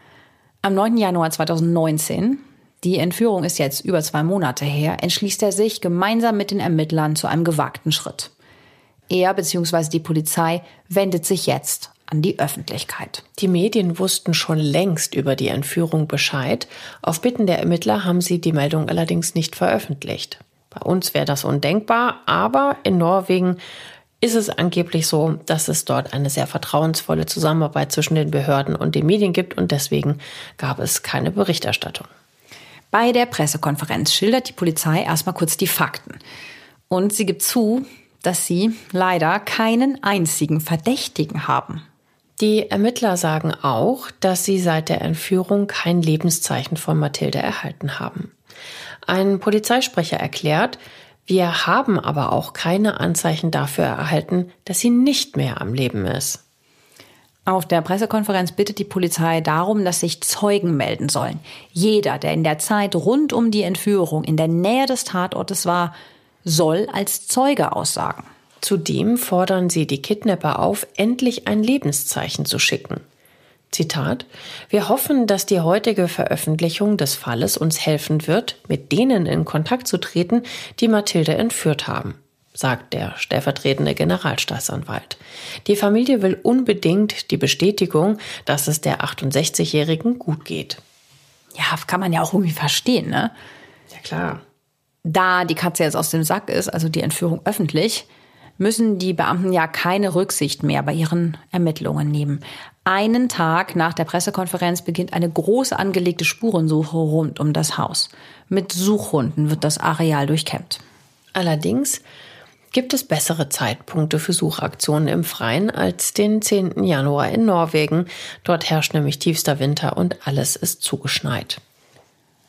Am 9. Januar 2019, die Entführung ist jetzt über 2 Monate her, entschließt er sich gemeinsam mit den Ermittlern zu einem gewagten Schritt. Er bzw. die Polizei wendet sich jetzt an die Öffentlichkeit. Die Medien wussten schon längst über die Entführung Bescheid. Auf Bitten der Ermittler haben sie die Meldung allerdings nicht veröffentlicht. Bei uns wäre das undenkbar, aber in Norwegen ist es angeblich so, dass es dort eine sehr vertrauensvolle Zusammenarbeit zwischen den Behörden und den Medien gibt und deswegen gab es keine Berichterstattung. Bei der Pressekonferenz schildert die Polizei erstmal kurz die Fakten. Und sie gibt zu, dass sie leider keinen einzigen Verdächtigen haben. Die Ermittler sagen auch, dass sie seit der Entführung kein Lebenszeichen von Mathilde erhalten haben. Ein Polizeisprecher erklärt, wir haben aber auch keine Anzeichen dafür erhalten, dass sie nicht mehr am Leben ist. Auf der Pressekonferenz bittet die Polizei darum, dass sich Zeugen melden sollen. Jeder, der in der Zeit rund um die Entführung in der Nähe des Tatortes war, soll als Zeuge aussagen. Zudem fordern sie die Kidnapper auf, endlich ein Lebenszeichen zu schicken. Zitat: Wir hoffen, dass die heutige Veröffentlichung des Falles uns helfen wird, mit denen in Kontakt zu treten, die Mathilde entführt haben, sagt der stellvertretende Generalstaatsanwalt. Die Familie will unbedingt die Bestätigung, dass es der 68-Jährigen gut geht. Ja, kann man ja auch irgendwie verstehen, ne? Ja, klar. Da die Katze jetzt aus dem Sack ist, also die Entführung öffentlich, müssen die Beamten ja keine Rücksicht mehr bei ihren Ermittlungen nehmen. Einen Tag nach der Pressekonferenz beginnt eine groß angelegte Spurensuche rund um das Haus. Mit Suchhunden wird das Areal durchkämmt. Allerdings gibt es bessere Zeitpunkte für Suchaktionen im Freien als den 10. Januar in Norwegen. Dort herrscht nämlich tiefster Winter und alles ist zugeschneit.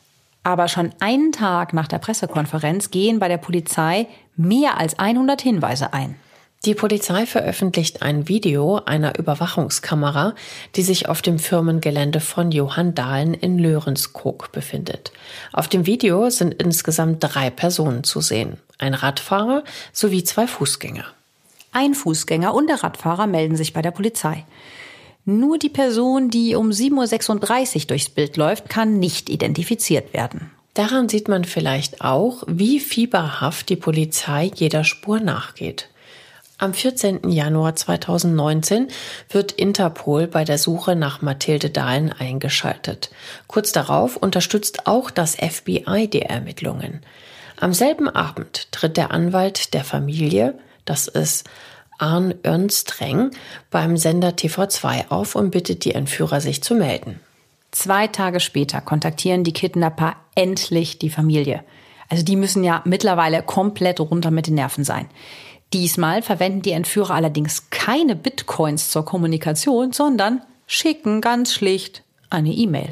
Aber schon einen Tag nach der Pressekonferenz gehen bei der Polizei mehr als 100 Hinweise ein. Die Polizei veröffentlicht ein Video einer Überwachungskamera, die sich auf dem Firmengelände von Johann Dahlen in Lörenskog befindet. Auf dem Video sind insgesamt 3 Personen zu sehen. Ein Radfahrer sowie 2 Fußgänger. Ein Fußgänger und der Radfahrer melden sich bei der Polizei. Nur die Person, die um 7:36 Uhr durchs Bild läuft, kann nicht identifiziert werden. Daran sieht man vielleicht auch, wie fieberhaft die Polizei jeder Spur nachgeht. Am 14. Januar 2019 wird Interpol bei der Suche nach Mathilde Dahlen eingeschaltet. Kurz darauf unterstützt auch das FBI die Ermittlungen. Am selben Abend tritt der Anwalt der Familie, das ist Arn Örnstreng, beim Sender TV2 auf und bittet die Entführer, sich zu melden. 2 Tage später kontaktieren die Kidnapper endlich die Familie. Also die müssen ja mittlerweile komplett runter mit den Nerven sein. Diesmal verwenden die Entführer allerdings keine Bitcoins zur Kommunikation, sondern schicken ganz schlicht eine E-Mail.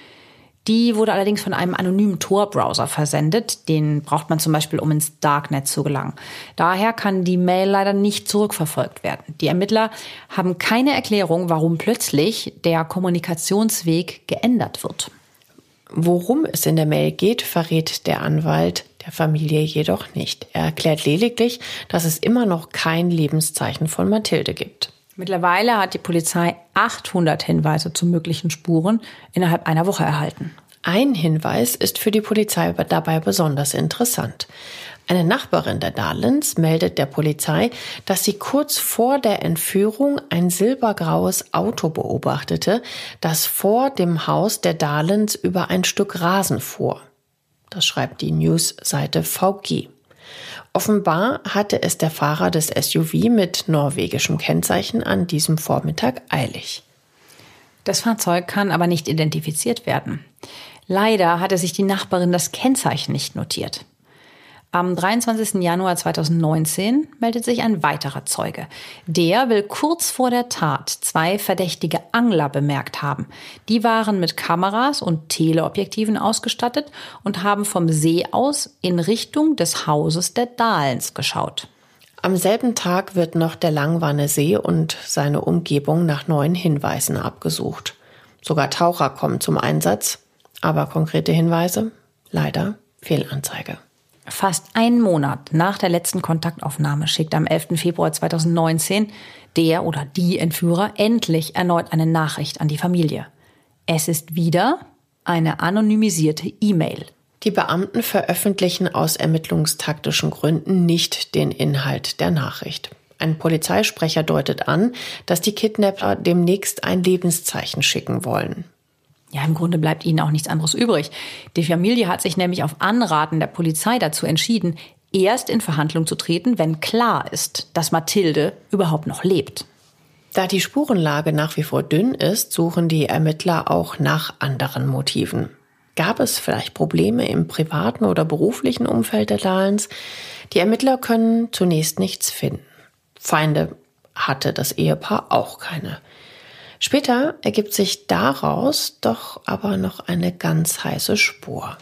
Die wurde allerdings von einem anonymen Tor-Browser versendet. Den braucht man zum Beispiel, um ins Darknet zu gelangen. Daher kann die Mail leider nicht zurückverfolgt werden. Die Ermittler haben keine Erklärung, warum plötzlich der Kommunikationsweg geändert wird. Worum es in der Mail geht, verrät der Anwalt der Familie jedoch nicht. Er erklärt lediglich, dass es immer noch kein Lebenszeichen von Mathilde gibt. Mittlerweile hat die Polizei 800 Hinweise zu möglichen Spuren innerhalb einer Woche erhalten. Ein Hinweis ist für die Polizei dabei besonders interessant. Eine Nachbarin der Dahlens meldet der Polizei, dass sie kurz vor der Entführung ein silbergraues Auto beobachtete, das vor dem Haus der Dahlens über ein Stück Rasen fuhr. Das schreibt die News-Seite VG. Offenbar hatte es der Fahrer des SUV mit norwegischem Kennzeichen an diesem Vormittag eilig. Das Fahrzeug kann aber nicht identifiziert werden. Leider hatte sich die Nachbarin das Kennzeichen nicht notiert. Am 23. Januar 2019 meldet sich ein weiterer Zeuge. Der will kurz vor der Tat 2 verdächtige Angler bemerkt haben. Die waren mit Kameras und Teleobjektiven ausgestattet und haben vom See aus in Richtung des Hauses der Dahlens geschaut. Am selben Tag wird noch der Langwanne See und seine Umgebung nach neuen Hinweisen abgesucht. Sogar Taucher kommen zum Einsatz, aber konkrete Hinweise? Leider Fehlanzeige. Fast einen Monat nach der letzten Kontaktaufnahme schickt am 11. Februar 2019 der oder die Entführer endlich erneut eine Nachricht an die Familie. Es ist wieder eine anonymisierte E-Mail. Die Beamten veröffentlichen aus ermittlungstaktischen Gründen nicht den Inhalt der Nachricht. Ein Polizeisprecher deutet an, dass die Kidnapper demnächst ein Lebenszeichen schicken wollen. Ja, im Grunde bleibt ihnen auch nichts anderes übrig. Die Familie hat sich nämlich auf Anraten der Polizei dazu entschieden, erst in Verhandlung zu treten, wenn klar ist, dass Mathilde überhaupt noch lebt. Da die Spurenlage nach wie vor dünn ist, suchen die Ermittler auch nach anderen Motiven. Gab es vielleicht Probleme im privaten oder beruflichen Umfeld der Dahlens? Die Ermittler können zunächst nichts finden. Feinde hatte das Ehepaar auch keine. Später ergibt sich daraus doch aber noch eine ganz heiße Spur.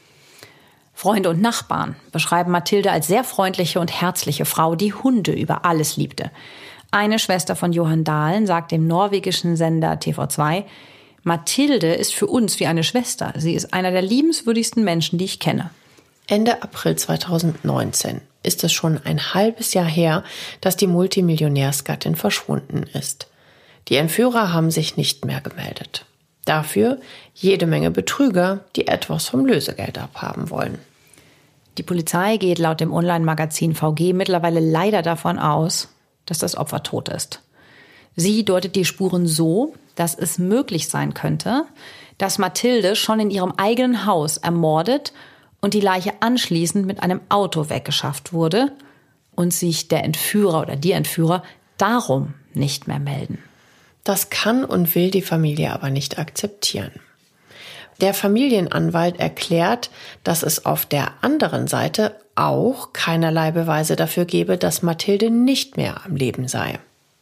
Freunde und Nachbarn beschreiben Mathilde als sehr freundliche und herzliche Frau, die Hunde über alles liebte. Eine Schwester von Johann Dahlen sagt dem norwegischen Sender TV2, Mathilde ist für uns wie eine Schwester. Sie ist einer der liebenswürdigsten Menschen, die ich kenne. Ende April 2019 ist es schon ein halbes Jahr her, dass die Multimillionärsgattin verschwunden ist. Die Entführer haben sich nicht mehr gemeldet. Dafür jede Menge Betrüger, die etwas vom Lösegeld abhaben wollen. Die Polizei geht laut dem Online-Magazin VG mittlerweile leider davon aus, dass das Opfer tot ist. Sie deutet die Spuren so, dass es möglich sein könnte, dass Mathilde schon in ihrem eigenen Haus ermordet und die Leiche anschließend mit einem Auto weggeschafft wurde und sich der Entführer oder die Entführer darum nicht mehr melden. Das kann und will die Familie aber nicht akzeptieren. Der Familienanwalt erklärt, dass es auf der anderen Seite auch keinerlei Beweise dafür gebe, dass Mathilde nicht mehr am Leben sei.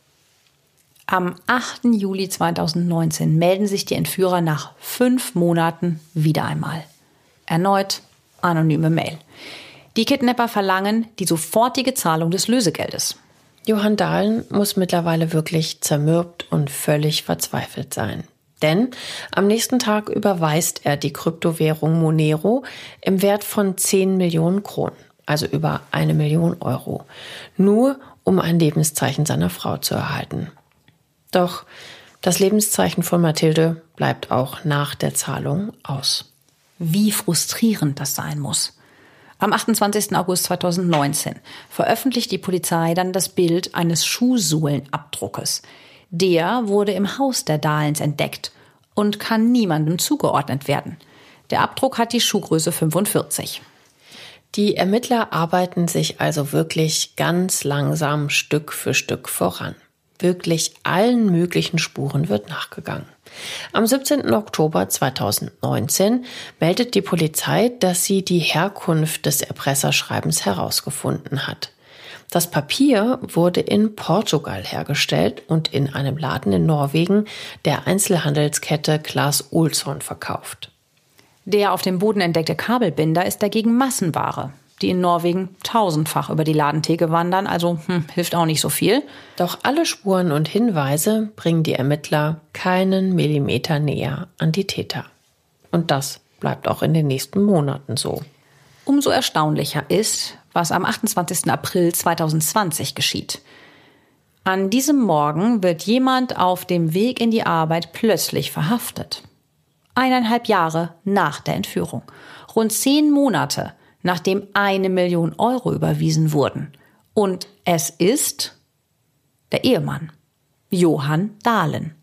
Am 8. Juli 2019 melden sich die Entführer nach 5 Monaten wieder einmal. Erneut anonyme Mail. Die Kidnapper verlangen die sofortige Zahlung des Lösegeldes. Johann Dahlen muss mittlerweile wirklich zermürbt und völlig verzweifelt sein. Denn am nächsten Tag überweist er die Kryptowährung Monero im Wert von 10 Millionen Kronen, also über 1 Million Euro, nur um ein Lebenszeichen seiner Frau zu erhalten. Doch das Lebenszeichen von Mathilde bleibt auch nach der Zahlung aus. Wie frustrierend das sein muss. Am 28. August 2019 veröffentlicht die Polizei dann das Bild eines Schuhsohlenabdruckes. Der wurde im Haus der Dahlens entdeckt und kann niemandem zugeordnet werden. Der Abdruck hat die Schuhgröße 45. Die Ermittler arbeiten sich also wirklich ganz langsam Stück für Stück voran. Wirklich allen möglichen Spuren wird nachgegangen. Am 17. Oktober 2019 meldet die Polizei, dass sie die Herkunft des Erpresserschreibens herausgefunden hat. Das Papier wurde in Portugal hergestellt und in einem Laden in Norwegen der Einzelhandelskette Clas Ohlson verkauft. Der auf dem Boden entdeckte Kabelbinder ist dagegen Massenware, die in Norwegen tausendfach über die Ladentheke wandern, also hilft auch nicht so viel. Doch alle Spuren und Hinweise bringen die Ermittler keinen Millimeter näher an die Täter. Und das bleibt auch in den nächsten Monaten so. Umso erstaunlicher ist, was am 28. April 2020 geschieht. An diesem Morgen wird jemand auf dem Weg in die Arbeit plötzlich verhaftet. 1,5 Jahre nach der Entführung. Rund 10 Monate, nachdem 1 Million Euro überwiesen wurden. Und es ist der Ehemann, Johann Dahlen.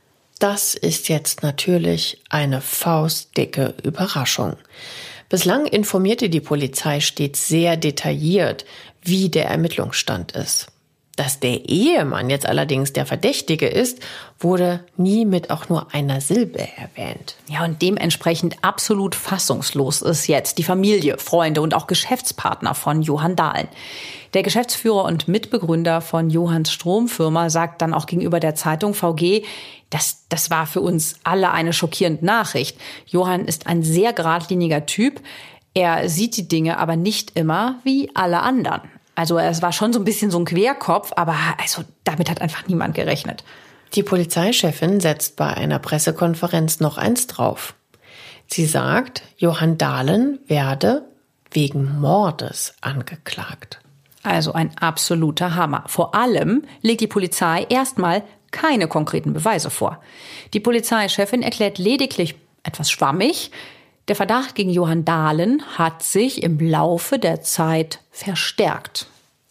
Das ist jetzt natürlich eine faustdicke Überraschung. Bislang informierte die Polizei stets sehr detailliert, wie der Ermittlungsstand ist. Dass der Ehemann jetzt allerdings der Verdächtige ist, wurde nie mit auch nur einer Silbe erwähnt. Ja, und dementsprechend absolut fassungslos ist jetzt die Familie, Freunde und auch Geschäftspartner von Johann Dahlen. Der Geschäftsführer und Mitbegründer von Johanns Stromfirma sagt dann auch gegenüber der Zeitung VG, das war für uns alle eine schockierende Nachricht. Johann ist ein sehr geradliniger Typ. Er sieht die Dinge aber nicht immer wie alle anderen. Also es war schon so ein bisschen so ein Querkopf, aber also damit hat einfach niemand gerechnet. Die Polizeichefin setzt bei einer Pressekonferenz noch eins drauf. Sie sagt, Johann Dahlen werde wegen Mordes angeklagt. Also ein absoluter Hammer. Vor allem legt die Polizei erstmal keine konkreten Beweise vor. Die Polizeichefin erklärt lediglich etwas schwammig, der Verdacht gegen Johann Dahlen hat sich im Laufe der Zeit verstärkt.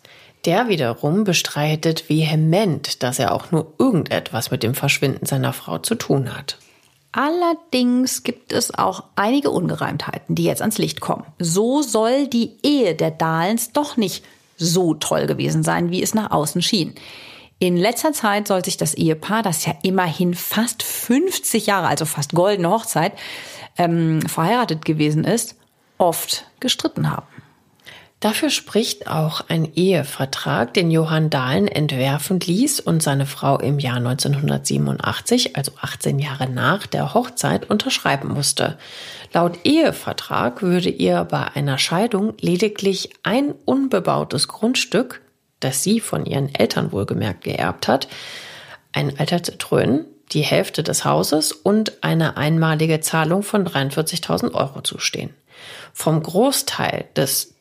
Der wiederum bestreitet vehement, dass er auch nur irgendetwas mit dem Verschwinden seiner Frau zu tun hat. Allerdings gibt es auch einige Ungereimtheiten, die jetzt ans Licht kommen. So soll die Ehe der Dahlens doch nicht so toll gewesen sein, wie es nach außen schien. In letzter Zeit soll sich das Ehepaar, das ja immerhin fast 50 Jahre, also fast goldene Hochzeit, verheiratet gewesen ist, oft gestritten haben. Dafür spricht auch ein Ehevertrag, den Johann Dahlen entwerfen ließ und seine Frau im Jahr 1987, also 18 Jahre nach der Hochzeit, unterschreiben musste. Laut Ehevertrag würde ihr bei einer Scheidung lediglich ein unbebautes Grundstück, das sie von ihren Eltern wohlgemerkt geerbt hat, ein alter Citroën, die Hälfte des Hauses und eine einmalige Zahlung von 43.000 Euro zustehen. Vom Großteil des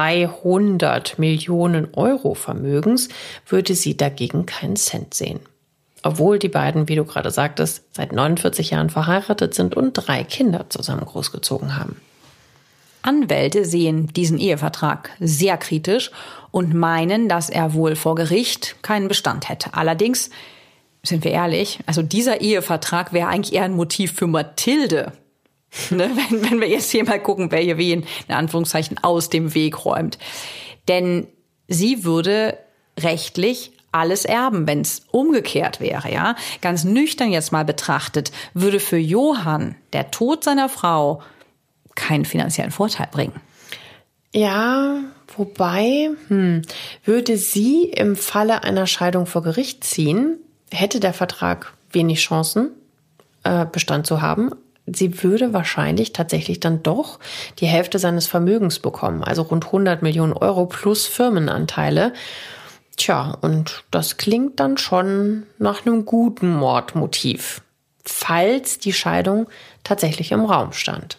200 Millionen Euro Vermögens würde sie dagegen keinen Cent sehen. Obwohl die beiden, wie du gerade sagtest, seit 49 Jahren verheiratet sind und 3 Kinder zusammen großgezogen haben. Anwälte sehen diesen Ehevertrag sehr kritisch und meinen, dass er wohl vor Gericht keinen Bestand hätte. Allerdings, sind wir ehrlich, also dieser Ehevertrag wäre eigentlich eher ein Motiv für Mathilde. Ne, wenn wir jetzt hier mal gucken, wer hier wen, in Anführungszeichen, aus dem Weg räumt. Denn sie würde rechtlich alles erben, wenn es umgekehrt wäre. Ja, ganz nüchtern jetzt mal betrachtet, würde für Johann der Tod seiner Frau keinen finanziellen Vorteil bringen. Ja, wobei, würde sie im Falle einer Scheidung vor Gericht ziehen, hätte der Vertrag wenig Chancen, Bestand zu haben. sie würde wahrscheinlich tatsächlich dann doch die Hälfte seines Vermögens bekommen, also rund 100 Millionen Euro plus Firmenanteile. Tja, und das klingt dann schon nach einem guten Mordmotiv, falls die Scheidung tatsächlich im Raum stand.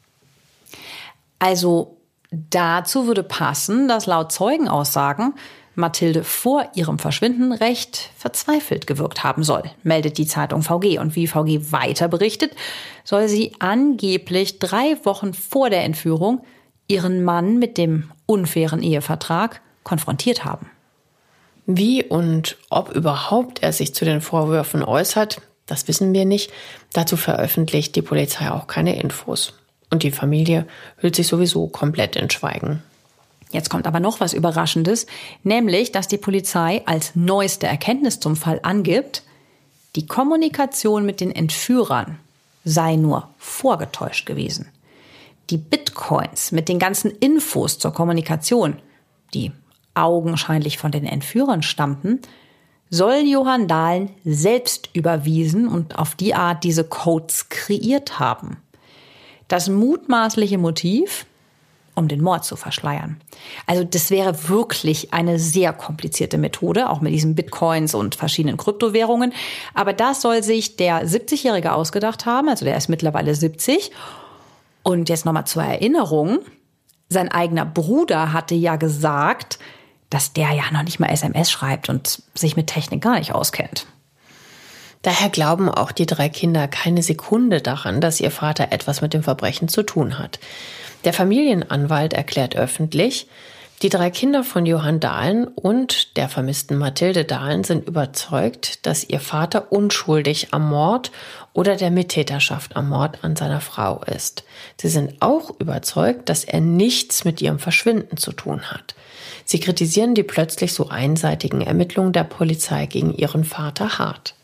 Also dazu würde passen, dass laut Zeugenaussagen Mathilde vor ihrem Verschwinden recht verzweifelt gewirkt haben soll, meldet die Zeitung VG. Und wie VG weiter berichtet, soll sie angeblich 3 Wochen vor der Entführung ihren Mann mit dem unfairen Ehevertrag konfrontiert haben. Wie und ob überhaupt er sich zu den Vorwürfen äußert, das wissen wir nicht. Dazu veröffentlicht die Polizei auch keine Infos. Und die Familie hüllt sich sowieso komplett in Schweigen. Jetzt kommt aber noch was Überraschendes, nämlich, dass die Polizei als neueste Erkenntnis zum Fall angibt, die Kommunikation mit den Entführern sei nur vorgetäuscht gewesen. Die Bitcoins mit den ganzen Infos zur Kommunikation, die augenscheinlich von den Entführern stammten, soll Johann Dahlen selbst überwiesen und auf die Art diese Codes kreiert haben. Das mutmaßliche Motiv, um den Mord zu verschleiern. Also das wäre wirklich eine sehr komplizierte Methode, auch mit diesen Bitcoins und verschiedenen Kryptowährungen. Aber das soll sich der 70-Jährige ausgedacht haben, also der ist mittlerweile 70. Und jetzt nochmal zur Erinnerung, sein eigener Bruder hatte ja gesagt, dass der ja noch nicht mal SMS schreibt und sich mit Technik gar nicht auskennt. Daher glauben auch die 3 Kinder keine Sekunde daran, dass ihr Vater etwas mit dem Verbrechen zu tun hat. Der Familienanwalt erklärt öffentlich, die 3 Kinder von Johann Dahlen und der vermissten Mathilde Dahlen sind überzeugt, dass ihr Vater unschuldig am Mord oder der Mittäterschaft am Mord an seiner Frau ist. Sie sind auch überzeugt, dass er nichts mit ihrem Verschwinden zu tun hat. Sie kritisieren die plötzlich so einseitigen Ermittlungen der Polizei gegen ihren Vater hart.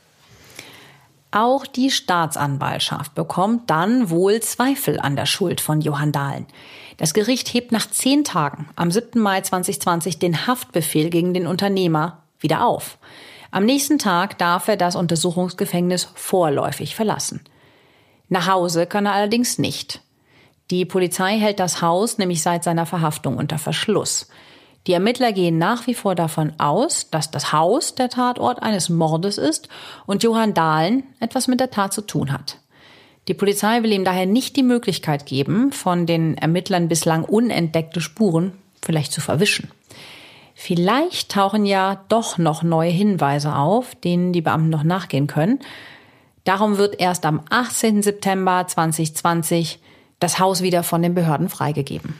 Auch die Staatsanwaltschaft bekommt dann wohl Zweifel an der Schuld von Johann Dahlen. Das Gericht hebt nach 10 Tagen am 7. Mai 2020 den Haftbefehl gegen den Unternehmer wieder auf. Am nächsten Tag darf er das Untersuchungsgefängnis vorläufig verlassen. Nach Hause kann er allerdings nicht. Die Polizei hält das Haus nämlich seit seiner Verhaftung unter Verschluss. Die Ermittler gehen nach wie vor davon aus, dass das Haus der Tatort eines Mordes ist und Johann Dahlen etwas mit der Tat zu tun hat. Die Polizei will ihm daher nicht die Möglichkeit geben, von den Ermittlern bislang unentdeckte Spuren vielleicht zu verwischen. Vielleicht tauchen ja doch noch neue Hinweise auf, denen die Beamten noch nachgehen können. Darum wird erst am 18. September 2020 das Haus wieder von den Behörden freigegeben.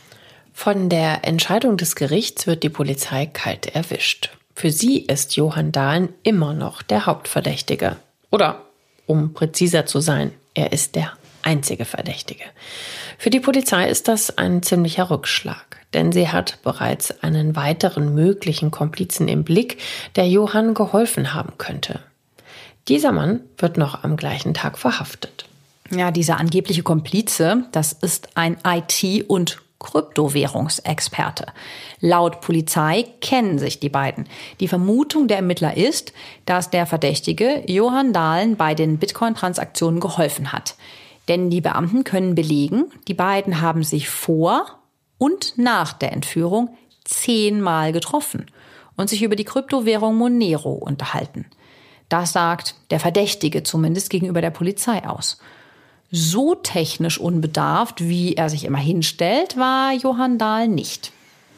Von der Entscheidung des Gerichts wird die Polizei kalt erwischt. Für sie ist Johann Dahlen immer noch der Hauptverdächtige. Oder, um präziser zu sein, er ist der einzige Verdächtige. Für die Polizei ist das ein ziemlicher Rückschlag, denn sie hat bereits einen weiteren möglichen Komplizen im Blick, der Johann geholfen haben könnte. Dieser Mann wird noch am gleichen Tag verhaftet. Ja, dieser angebliche Komplize, das ist ein IT- und Kryptowährungsexperte. Laut Polizei kennen sich die beiden. Die Vermutung der Ermittler ist, dass der Verdächtige Johann Dahlen bei den Bitcoin-Transaktionen geholfen hat. Denn die Beamten können belegen, die beiden haben sich vor und nach der Entführung 10-mal getroffen und sich über die Kryptowährung Monero unterhalten. Das sagt der Verdächtige zumindest gegenüber der Polizei aus. So technisch unbedarft, wie er sich immer hinstellt, war Johann Dahlen nicht.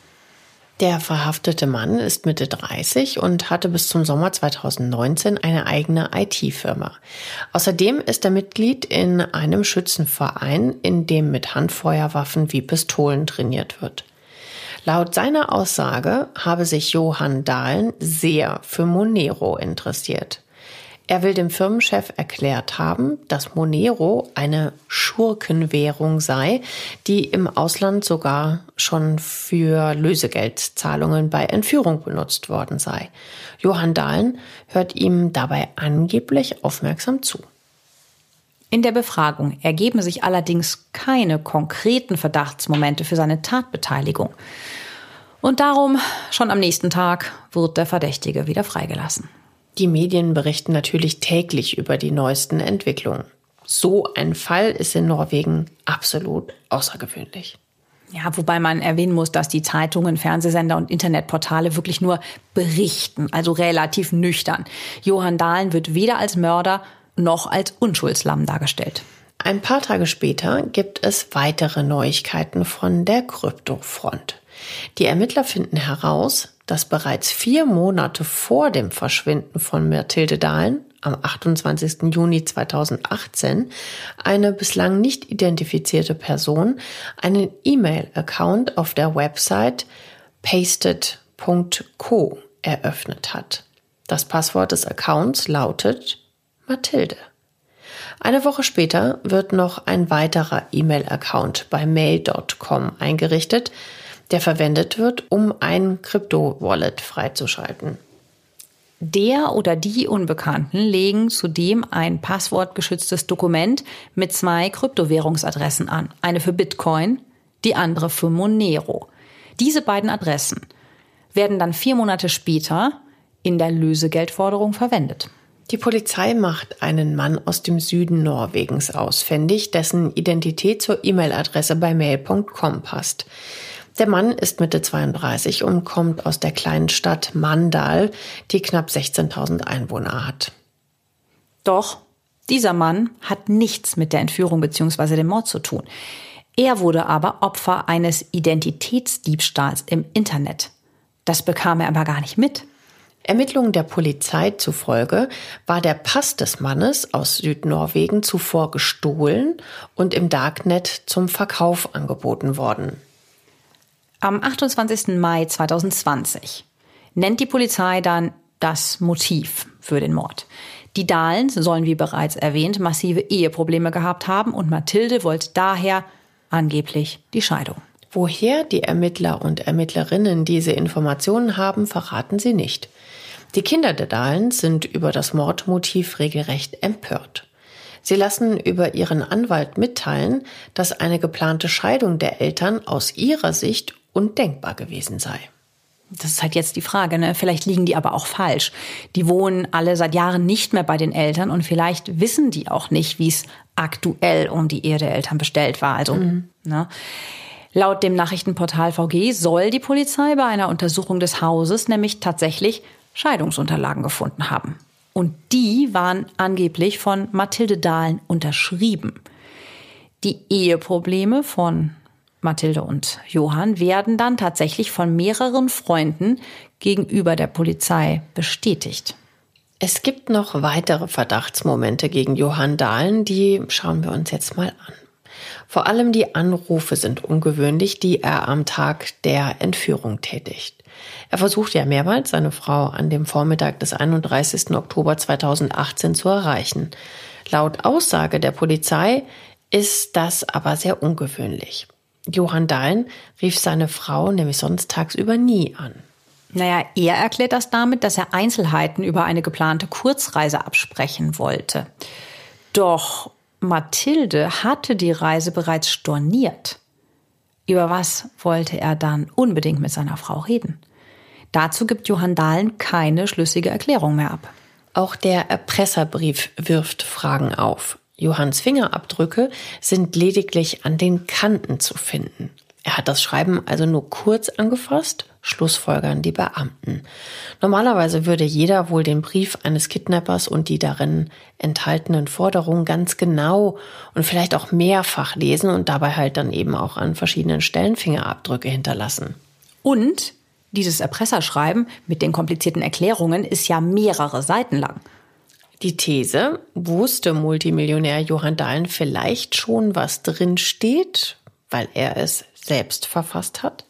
Der verhaftete Mann ist Mitte 30 und hatte bis zum Sommer 2019 eine eigene IT-Firma. Außerdem ist er Mitglied in einem Schützenverein, in dem mit Handfeuerwaffen wie Pistolen trainiert wird. Laut seiner Aussage habe sich Johann Dahlen sehr für Monero interessiert. Er will dem Firmenchef erklärt haben, dass Monero eine Schurkenwährung sei, die im Ausland sogar schon für Lösegeldzahlungen bei Entführung benutzt worden sei. Johann Dahlen hört ihm dabei angeblich aufmerksam zu. In der Befragung ergeben sich allerdings keine konkreten Verdachtsmomente für seine Tatbeteiligung. Und darum, schon am nächsten Tag, wird der Verdächtige wieder freigelassen. Die Medien berichten natürlich täglich über die neuesten Entwicklungen. So ein Fall ist in Norwegen absolut außergewöhnlich. Ja, wobei man erwähnen muss, dass die Zeitungen, Fernsehsender und Internetportale wirklich nur berichten, also relativ nüchtern. Johan Dahlen wird weder als Mörder noch als Unschuldslamm dargestellt. Ein paar Tage später gibt es weitere Neuigkeiten von der Kryptofront. Die Ermittler finden heraus, dass bereits 4 Monate vor dem Verschwinden von Mathilde Dahlen, am 28. Juni 2018, eine bislang nicht identifizierte Person einen E-Mail-Account auf der Website pasted.co eröffnet hat. Das Passwort des Accounts lautet Mathilde. Eine Woche später wird noch ein weiterer E-Mail-Account bei mail.com eingerichtet, der verwendet wird, um ein Krypto-Wallet freizuschalten. Der oder die Unbekannten legen zudem ein passwortgeschütztes Dokument mit 2 Kryptowährungsadressen an. Eine für Bitcoin, die andere für Monero. Diese beiden Adressen werden dann 4 Monate später in der Lösegeldforderung verwendet. Die Polizei macht einen Mann aus dem Süden Norwegens ausfindig, dessen Identität zur E-Mail-Adresse bei mail.com passt. Der Mann ist Mitte 32 und kommt aus der kleinen Stadt Mandal, die knapp 16.000 Einwohner hat. Doch dieser Mann hat nichts mit der Entführung bzw. dem Mord zu tun. Er wurde aber Opfer eines Identitätsdiebstahls im Internet. Das bekam er aber gar nicht mit. Ermittlungen der Polizei zufolge war der Pass des Mannes aus Südnorwegen zuvor gestohlen und im Darknet zum Verkauf angeboten worden. Am 28. Mai 2020 nennt die Polizei dann das Motiv für den Mord. Die Dahlens sollen, wie bereits erwähnt, massive Eheprobleme gehabt haben und Mathilde wollte daher angeblich die Scheidung. Woher die Ermittler und Ermittlerinnen diese Informationen haben, verraten sie nicht. Die Kinder der Dahlens sind über das Mordmotiv regelrecht empört. Sie lassen über ihren Anwalt mitteilen, dass eine geplante Scheidung der Eltern aus ihrer Sicht undenkbar gewesen sei. Das ist halt jetzt die Frage, ne? Vielleicht liegen die aber auch falsch. Die wohnen alle seit Jahren nicht mehr bei den Eltern und vielleicht wissen die auch nicht, wie es aktuell um die Ehe der Eltern bestellt war. Also, ne? Laut dem Nachrichtenportal VG soll die Polizei bei einer Untersuchung des Hauses nämlich tatsächlich Scheidungsunterlagen gefunden haben. Und die waren angeblich von Mathilde Dahlen unterschrieben. Die Eheprobleme von Mathilde und Johann werden dann tatsächlich von mehreren Freunden gegenüber der Polizei bestätigt. Es gibt noch weitere Verdachtsmomente gegen Johan Dahlen, die schauen wir uns jetzt mal an. Vor allem die Anrufe sind ungewöhnlich, die er am Tag der Entführung tätigt. Er versucht ja mehrmals, seine Frau an dem Vormittag des 31. Oktober 2018 zu erreichen. Laut Aussage der Polizei ist das aber sehr ungewöhnlich. Johan Dahlen rief seine Frau nämlich sonst tagsüber nie an. Naja, er erklärt das damit, dass er Einzelheiten über eine geplante Kurzreise absprechen wollte. Doch Mathilde hatte die Reise bereits storniert. Über was wollte er dann unbedingt mit seiner Frau reden? Dazu gibt Johan Dahlen keine schlüssige Erklärung mehr ab. Auch der Erpresserbrief wirft Fragen auf. Johanns Fingerabdrücke sind lediglich an den Kanten zu finden. Er hat das Schreiben also nur kurz angefasst, schlussfolgern die Beamten. Normalerweise würde jeder wohl den Brief eines Kidnappers und die darin enthaltenen Forderungen ganz genau und vielleicht auch mehrfach lesen und dabei halt dann eben auch an verschiedenen Stellen Fingerabdrücke hinterlassen. Und dieses Erpresserschreiben mit den komplizierten Erklärungen ist ja mehrere Seiten lang. Die These, wusste Multimillionär Johan Dahlen vielleicht schon, was drin steht, weil er es selbst verfasst hat?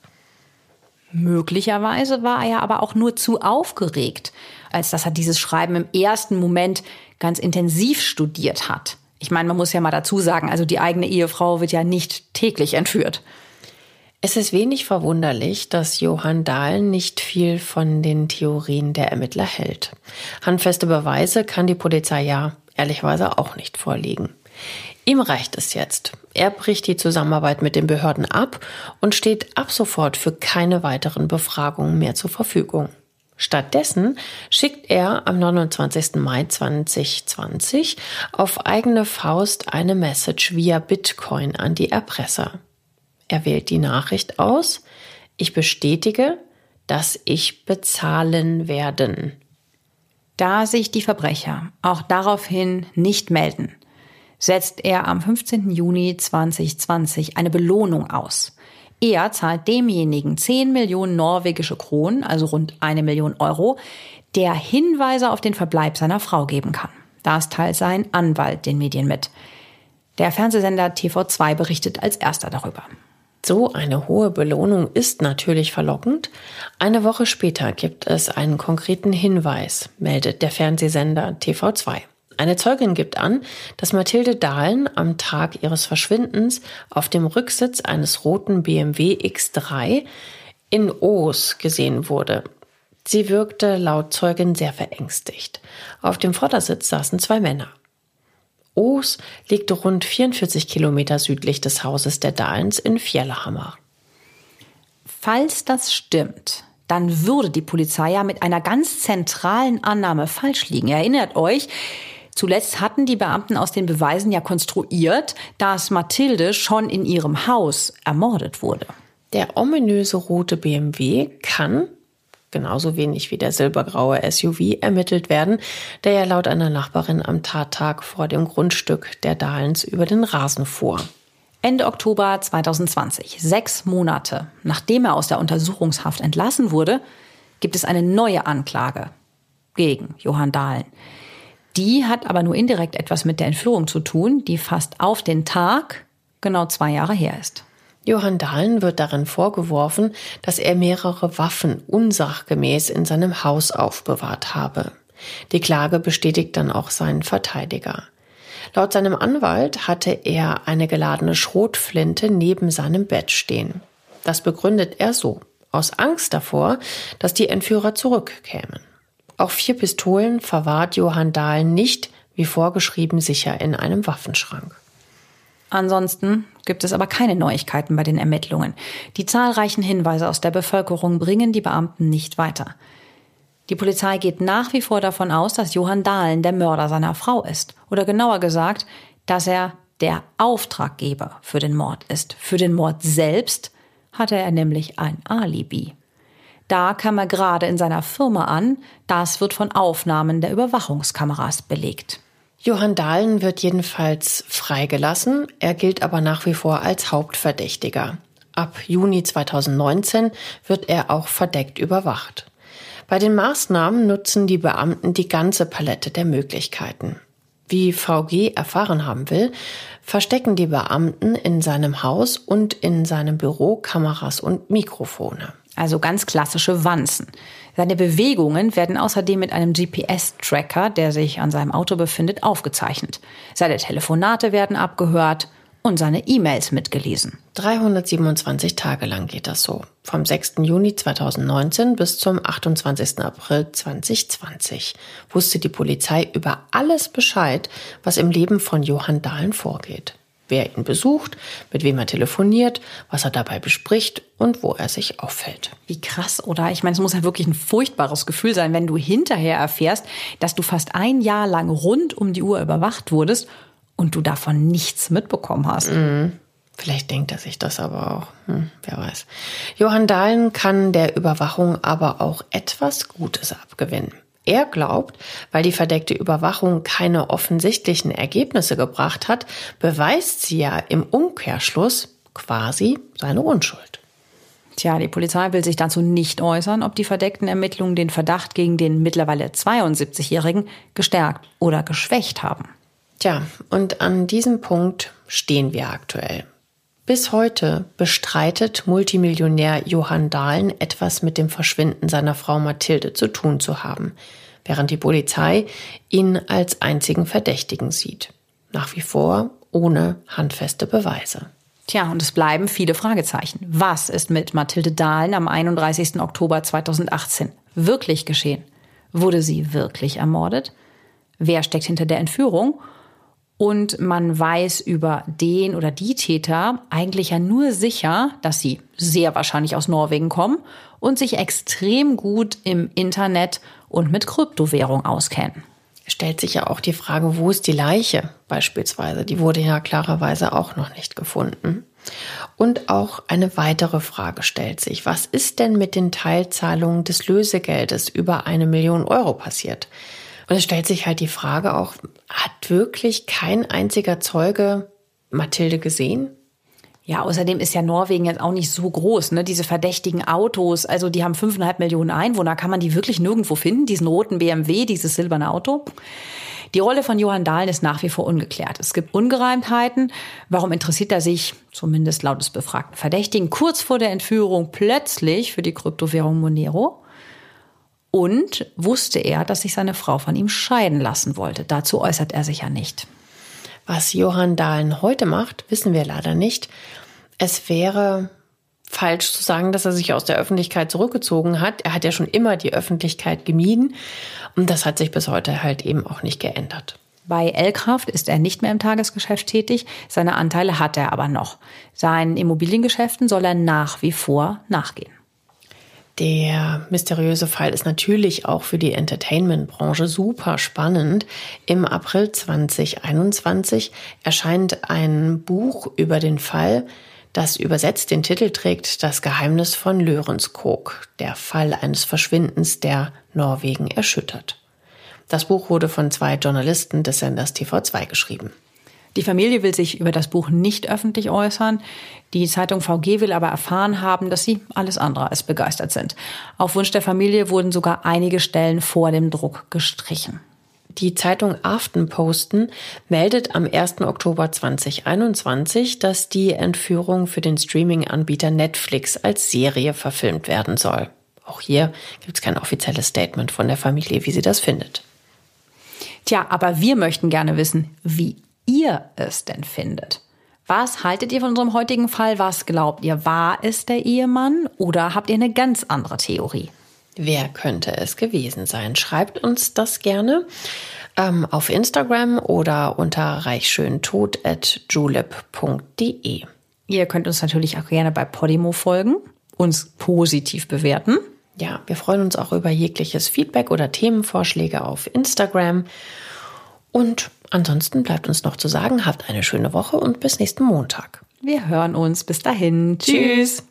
Möglicherweise war er ja aber auch nur zu aufgeregt, als dass er dieses Schreiben im ersten Moment ganz intensiv studiert hat. Ich meine, man muss ja mal dazu sagen, also die eigene Ehefrau wird ja nicht täglich entführt. Es ist wenig verwunderlich, dass Johan Dahlen nicht viel von den Theorien der Ermittler hält. Handfeste Beweise kann die Polizei ja ehrlicherweise auch nicht vorlegen. Ihm reicht es jetzt. Er bricht die Zusammenarbeit mit den Behörden ab und steht ab sofort für keine weiteren Befragungen mehr zur Verfügung. Stattdessen schickt er am 29. Mai 2020 auf eigene Faust eine Message via Bitcoin an die Erpresser. Er wählt die Nachricht aus: Ich bestätige, dass ich bezahlen werden. Da sich die Verbrecher auch daraufhin nicht melden, setzt er am 15. Juni 2020 eine Belohnung aus. Er zahlt demjenigen 10 Millionen norwegische Kronen, also rund 1 Million Euro, der Hinweise auf den Verbleib seiner Frau geben kann. Das teilt sein Anwalt den Medien mit. Der Fernsehsender TV2 berichtet als erster darüber. So eine hohe Belohnung ist natürlich verlockend. Eine Woche später gibt es einen konkreten Hinweis, meldet der Fernsehsender TV2. Eine Zeugin gibt an, dass Mathilde Dahlen am Tag ihres Verschwindens auf dem Rücksitz eines roten BMW X3 in Oos gesehen wurde. Sie wirkte laut Zeugin sehr verängstigt. Auf dem Vordersitz saßen 2 Männer. Oos liegt rund 44 Kilometer südlich des Hauses der Dahlens in Fjellhamar. Falls das stimmt, dann würde die Polizei ja mit einer ganz zentralen Annahme falsch liegen. Erinnert euch, zuletzt hatten die Beamten aus den Beweisen ja konstruiert, dass Mathilde schon in ihrem Haus ermordet wurde. Der ominöse rote BMW kann, genauso wenig wie der silbergraue SUV, ermittelt werden, der ja laut einer Nachbarin am Tattag vor dem Grundstück der Dahlens über den Rasen fuhr. Ende Oktober 2020, 6 Monate nachdem er aus der Untersuchungshaft entlassen wurde, gibt es eine neue Anklage gegen Johann Dahlen. Die hat aber nur indirekt etwas mit der Entführung zu tun, die fast auf den Tag genau 2 Jahre her ist. Johann Dahlen wird darin vorgeworfen, dass er mehrere Waffen unsachgemäß in seinem Haus aufbewahrt habe. Die Klage bestätigt dann auch seinen Verteidiger. Laut seinem Anwalt hatte er eine geladene Schrotflinte neben seinem Bett stehen. Das begründet er so: aus Angst davor, dass die Entführer zurückkämen. Auch 4 Pistolen verwahrt Johann Dahlen nicht, wie vorgeschrieben, sicher in einem Waffenschrank. Ansonsten gibt es aber keine Neuigkeiten bei den Ermittlungen. Die zahlreichen Hinweise aus der Bevölkerung bringen die Beamten nicht weiter. Die Polizei geht nach wie vor davon aus, dass Johann Dahlen der Mörder seiner Frau ist. Oder genauer gesagt, dass er der Auftraggeber für den Mord ist. Für den Mord selbst hatte er nämlich ein Alibi. Da kam er gerade in seiner Firma an. Das wird von Aufnahmen der Überwachungskameras belegt. Johann Dahlen wird jedenfalls freigelassen. Er gilt aber nach wie vor als Hauptverdächtiger. Ab Juni 2019 wird er auch verdeckt überwacht. Bei den Maßnahmen nutzen die Beamten die ganze Palette der Möglichkeiten. Wie VG erfahren haben will, verstecken die Beamten in seinem Haus und in seinem Büro Kameras und Mikrofone. Also ganz klassische Wanzen. Seine Bewegungen werden außerdem mit einem GPS-Tracker, der sich an seinem Auto befindet, aufgezeichnet. Seine Telefonate werden abgehört und seine E-Mails mitgelesen. 327 Tage lang geht das so. Vom 6. Juni 2019 bis zum 28. April 2020 wusste die Polizei über alles Bescheid, was im Leben von Johann Dahlen vorgeht. Wer ihn besucht, mit wem er telefoniert, was er dabei bespricht und wo er sich aufhält. Wie krass, oder? Ich meine, es muss ja wirklich ein furchtbares Gefühl sein, wenn du hinterher erfährst, dass du fast 1 Jahr lang rund um die Uhr überwacht wurdest und du davon nichts mitbekommen hast. Vielleicht denkt er sich das aber auch. Wer weiß. Johann Dahlen kann der Überwachung aber auch etwas Gutes abgewinnen. Er glaubt, weil die verdeckte Überwachung keine offensichtlichen Ergebnisse gebracht hat, beweist sie ja im Umkehrschluss quasi seine Unschuld. Tja, die Polizei will sich dazu nicht äußern, ob die verdeckten Ermittlungen den Verdacht gegen den mittlerweile 72-Jährigen gestärkt oder geschwächt haben. Tja, und an diesem Punkt stehen wir aktuell. Bis heute bestreitet Multimillionär Johann Dahlen etwas mit dem Verschwinden seiner Frau Mathilde zu tun zu haben, während die Polizei ihn als einzigen Verdächtigen sieht. Nach wie vor ohne handfeste Beweise. Tja, und es bleiben viele Fragezeichen. Was ist mit Mathilde Dahlen am 31. Oktober 2018 wirklich geschehen? Wurde sie wirklich ermordet? Wer steckt hinter der Entführung? Und man weiß über den oder die Täter eigentlich ja nur sicher, dass sie sehr wahrscheinlich aus Norwegen kommen und sich extrem gut im Internet und mit Kryptowährung auskennen. Stellt sich ja auch die Frage, wo ist die Leiche beispielsweise? Die wurde ja klarerweise auch noch nicht gefunden. Und auch eine weitere Frage stellt sich. Was ist denn mit den Teilzahlungen des Lösegeldes über 1 Million Euro passiert? Und es stellt sich halt die Frage auch, hat wirklich kein einziger Zeuge Mathilde gesehen? Ja, außerdem ist ja Norwegen jetzt auch nicht so groß, ne? Diese verdächtigen Autos, also die haben 5,5 Millionen Einwohner, kann man die wirklich nirgendwo finden? Diesen roten BMW, dieses silberne Auto? Die Rolle von Johan Dahlen ist nach wie vor ungeklärt. Es gibt Ungereimtheiten. Warum interessiert er sich, zumindest laut des befragten Verdächtigen, kurz vor der Entführung plötzlich für die Kryptowährung Monero? Und wusste er, dass sich seine Frau von ihm scheiden lassen wollte? Dazu äußert er sich ja nicht. Was Johan Dahlen heute macht, wissen wir leider nicht. Es wäre falsch zu sagen, dass er sich aus der Öffentlichkeit zurückgezogen hat. Er hat ja schon immer die Öffentlichkeit gemieden. Und das hat sich bis heute halt eben auch nicht geändert. Bei Elkraft ist er nicht mehr im Tagesgeschäft tätig. Seine Anteile hat er aber noch. Seinen Immobiliengeschäften soll er nach wie vor nachgehen. Der mysteriöse Fall ist natürlich auch für die Entertainment-Branche super spannend. Im April 2021 erscheint ein Buch über den Fall, das übersetzt den Titel trägt Das Geheimnis von Lørenskog, der Fall eines Verschwindens, der Norwegen erschüttert. Das Buch wurde von 2 Journalisten des Senders TV2 geschrieben. Die Familie will sich über das Buch nicht öffentlich äußern. Die Zeitung VG will aber erfahren haben, dass sie alles andere als begeistert sind. Auf Wunsch der Familie wurden sogar einige Stellen vor dem Druck gestrichen. Die Zeitung Aftenposten meldet am 1. Oktober 2021, dass die Entführung für den Streaming-Anbieter Netflix als Serie verfilmt werden soll. Auch hier gibt es kein offizielles Statement von der Familie, wie sie das findet. Tja, aber wir möchten gerne wissen, wie ihr es denn findet. Was haltet ihr von unserem heutigen Fall? Was glaubt ihr? War es der Ehemann oder habt ihr eine ganz andere Theorie? Wer könnte es gewesen sein? Schreibt uns das gerne auf Instagram oder unter reichschöntod@julep.de. Ihr könnt uns natürlich auch gerne bei Podimo folgen, uns positiv bewerten. Ja, wir freuen uns auch über jegliches Feedback oder Themenvorschläge auf Instagram. Und ansonsten bleibt uns noch zu sagen, habt eine schöne Woche und bis nächsten Montag. Wir hören uns. Bis dahin. Tschüss.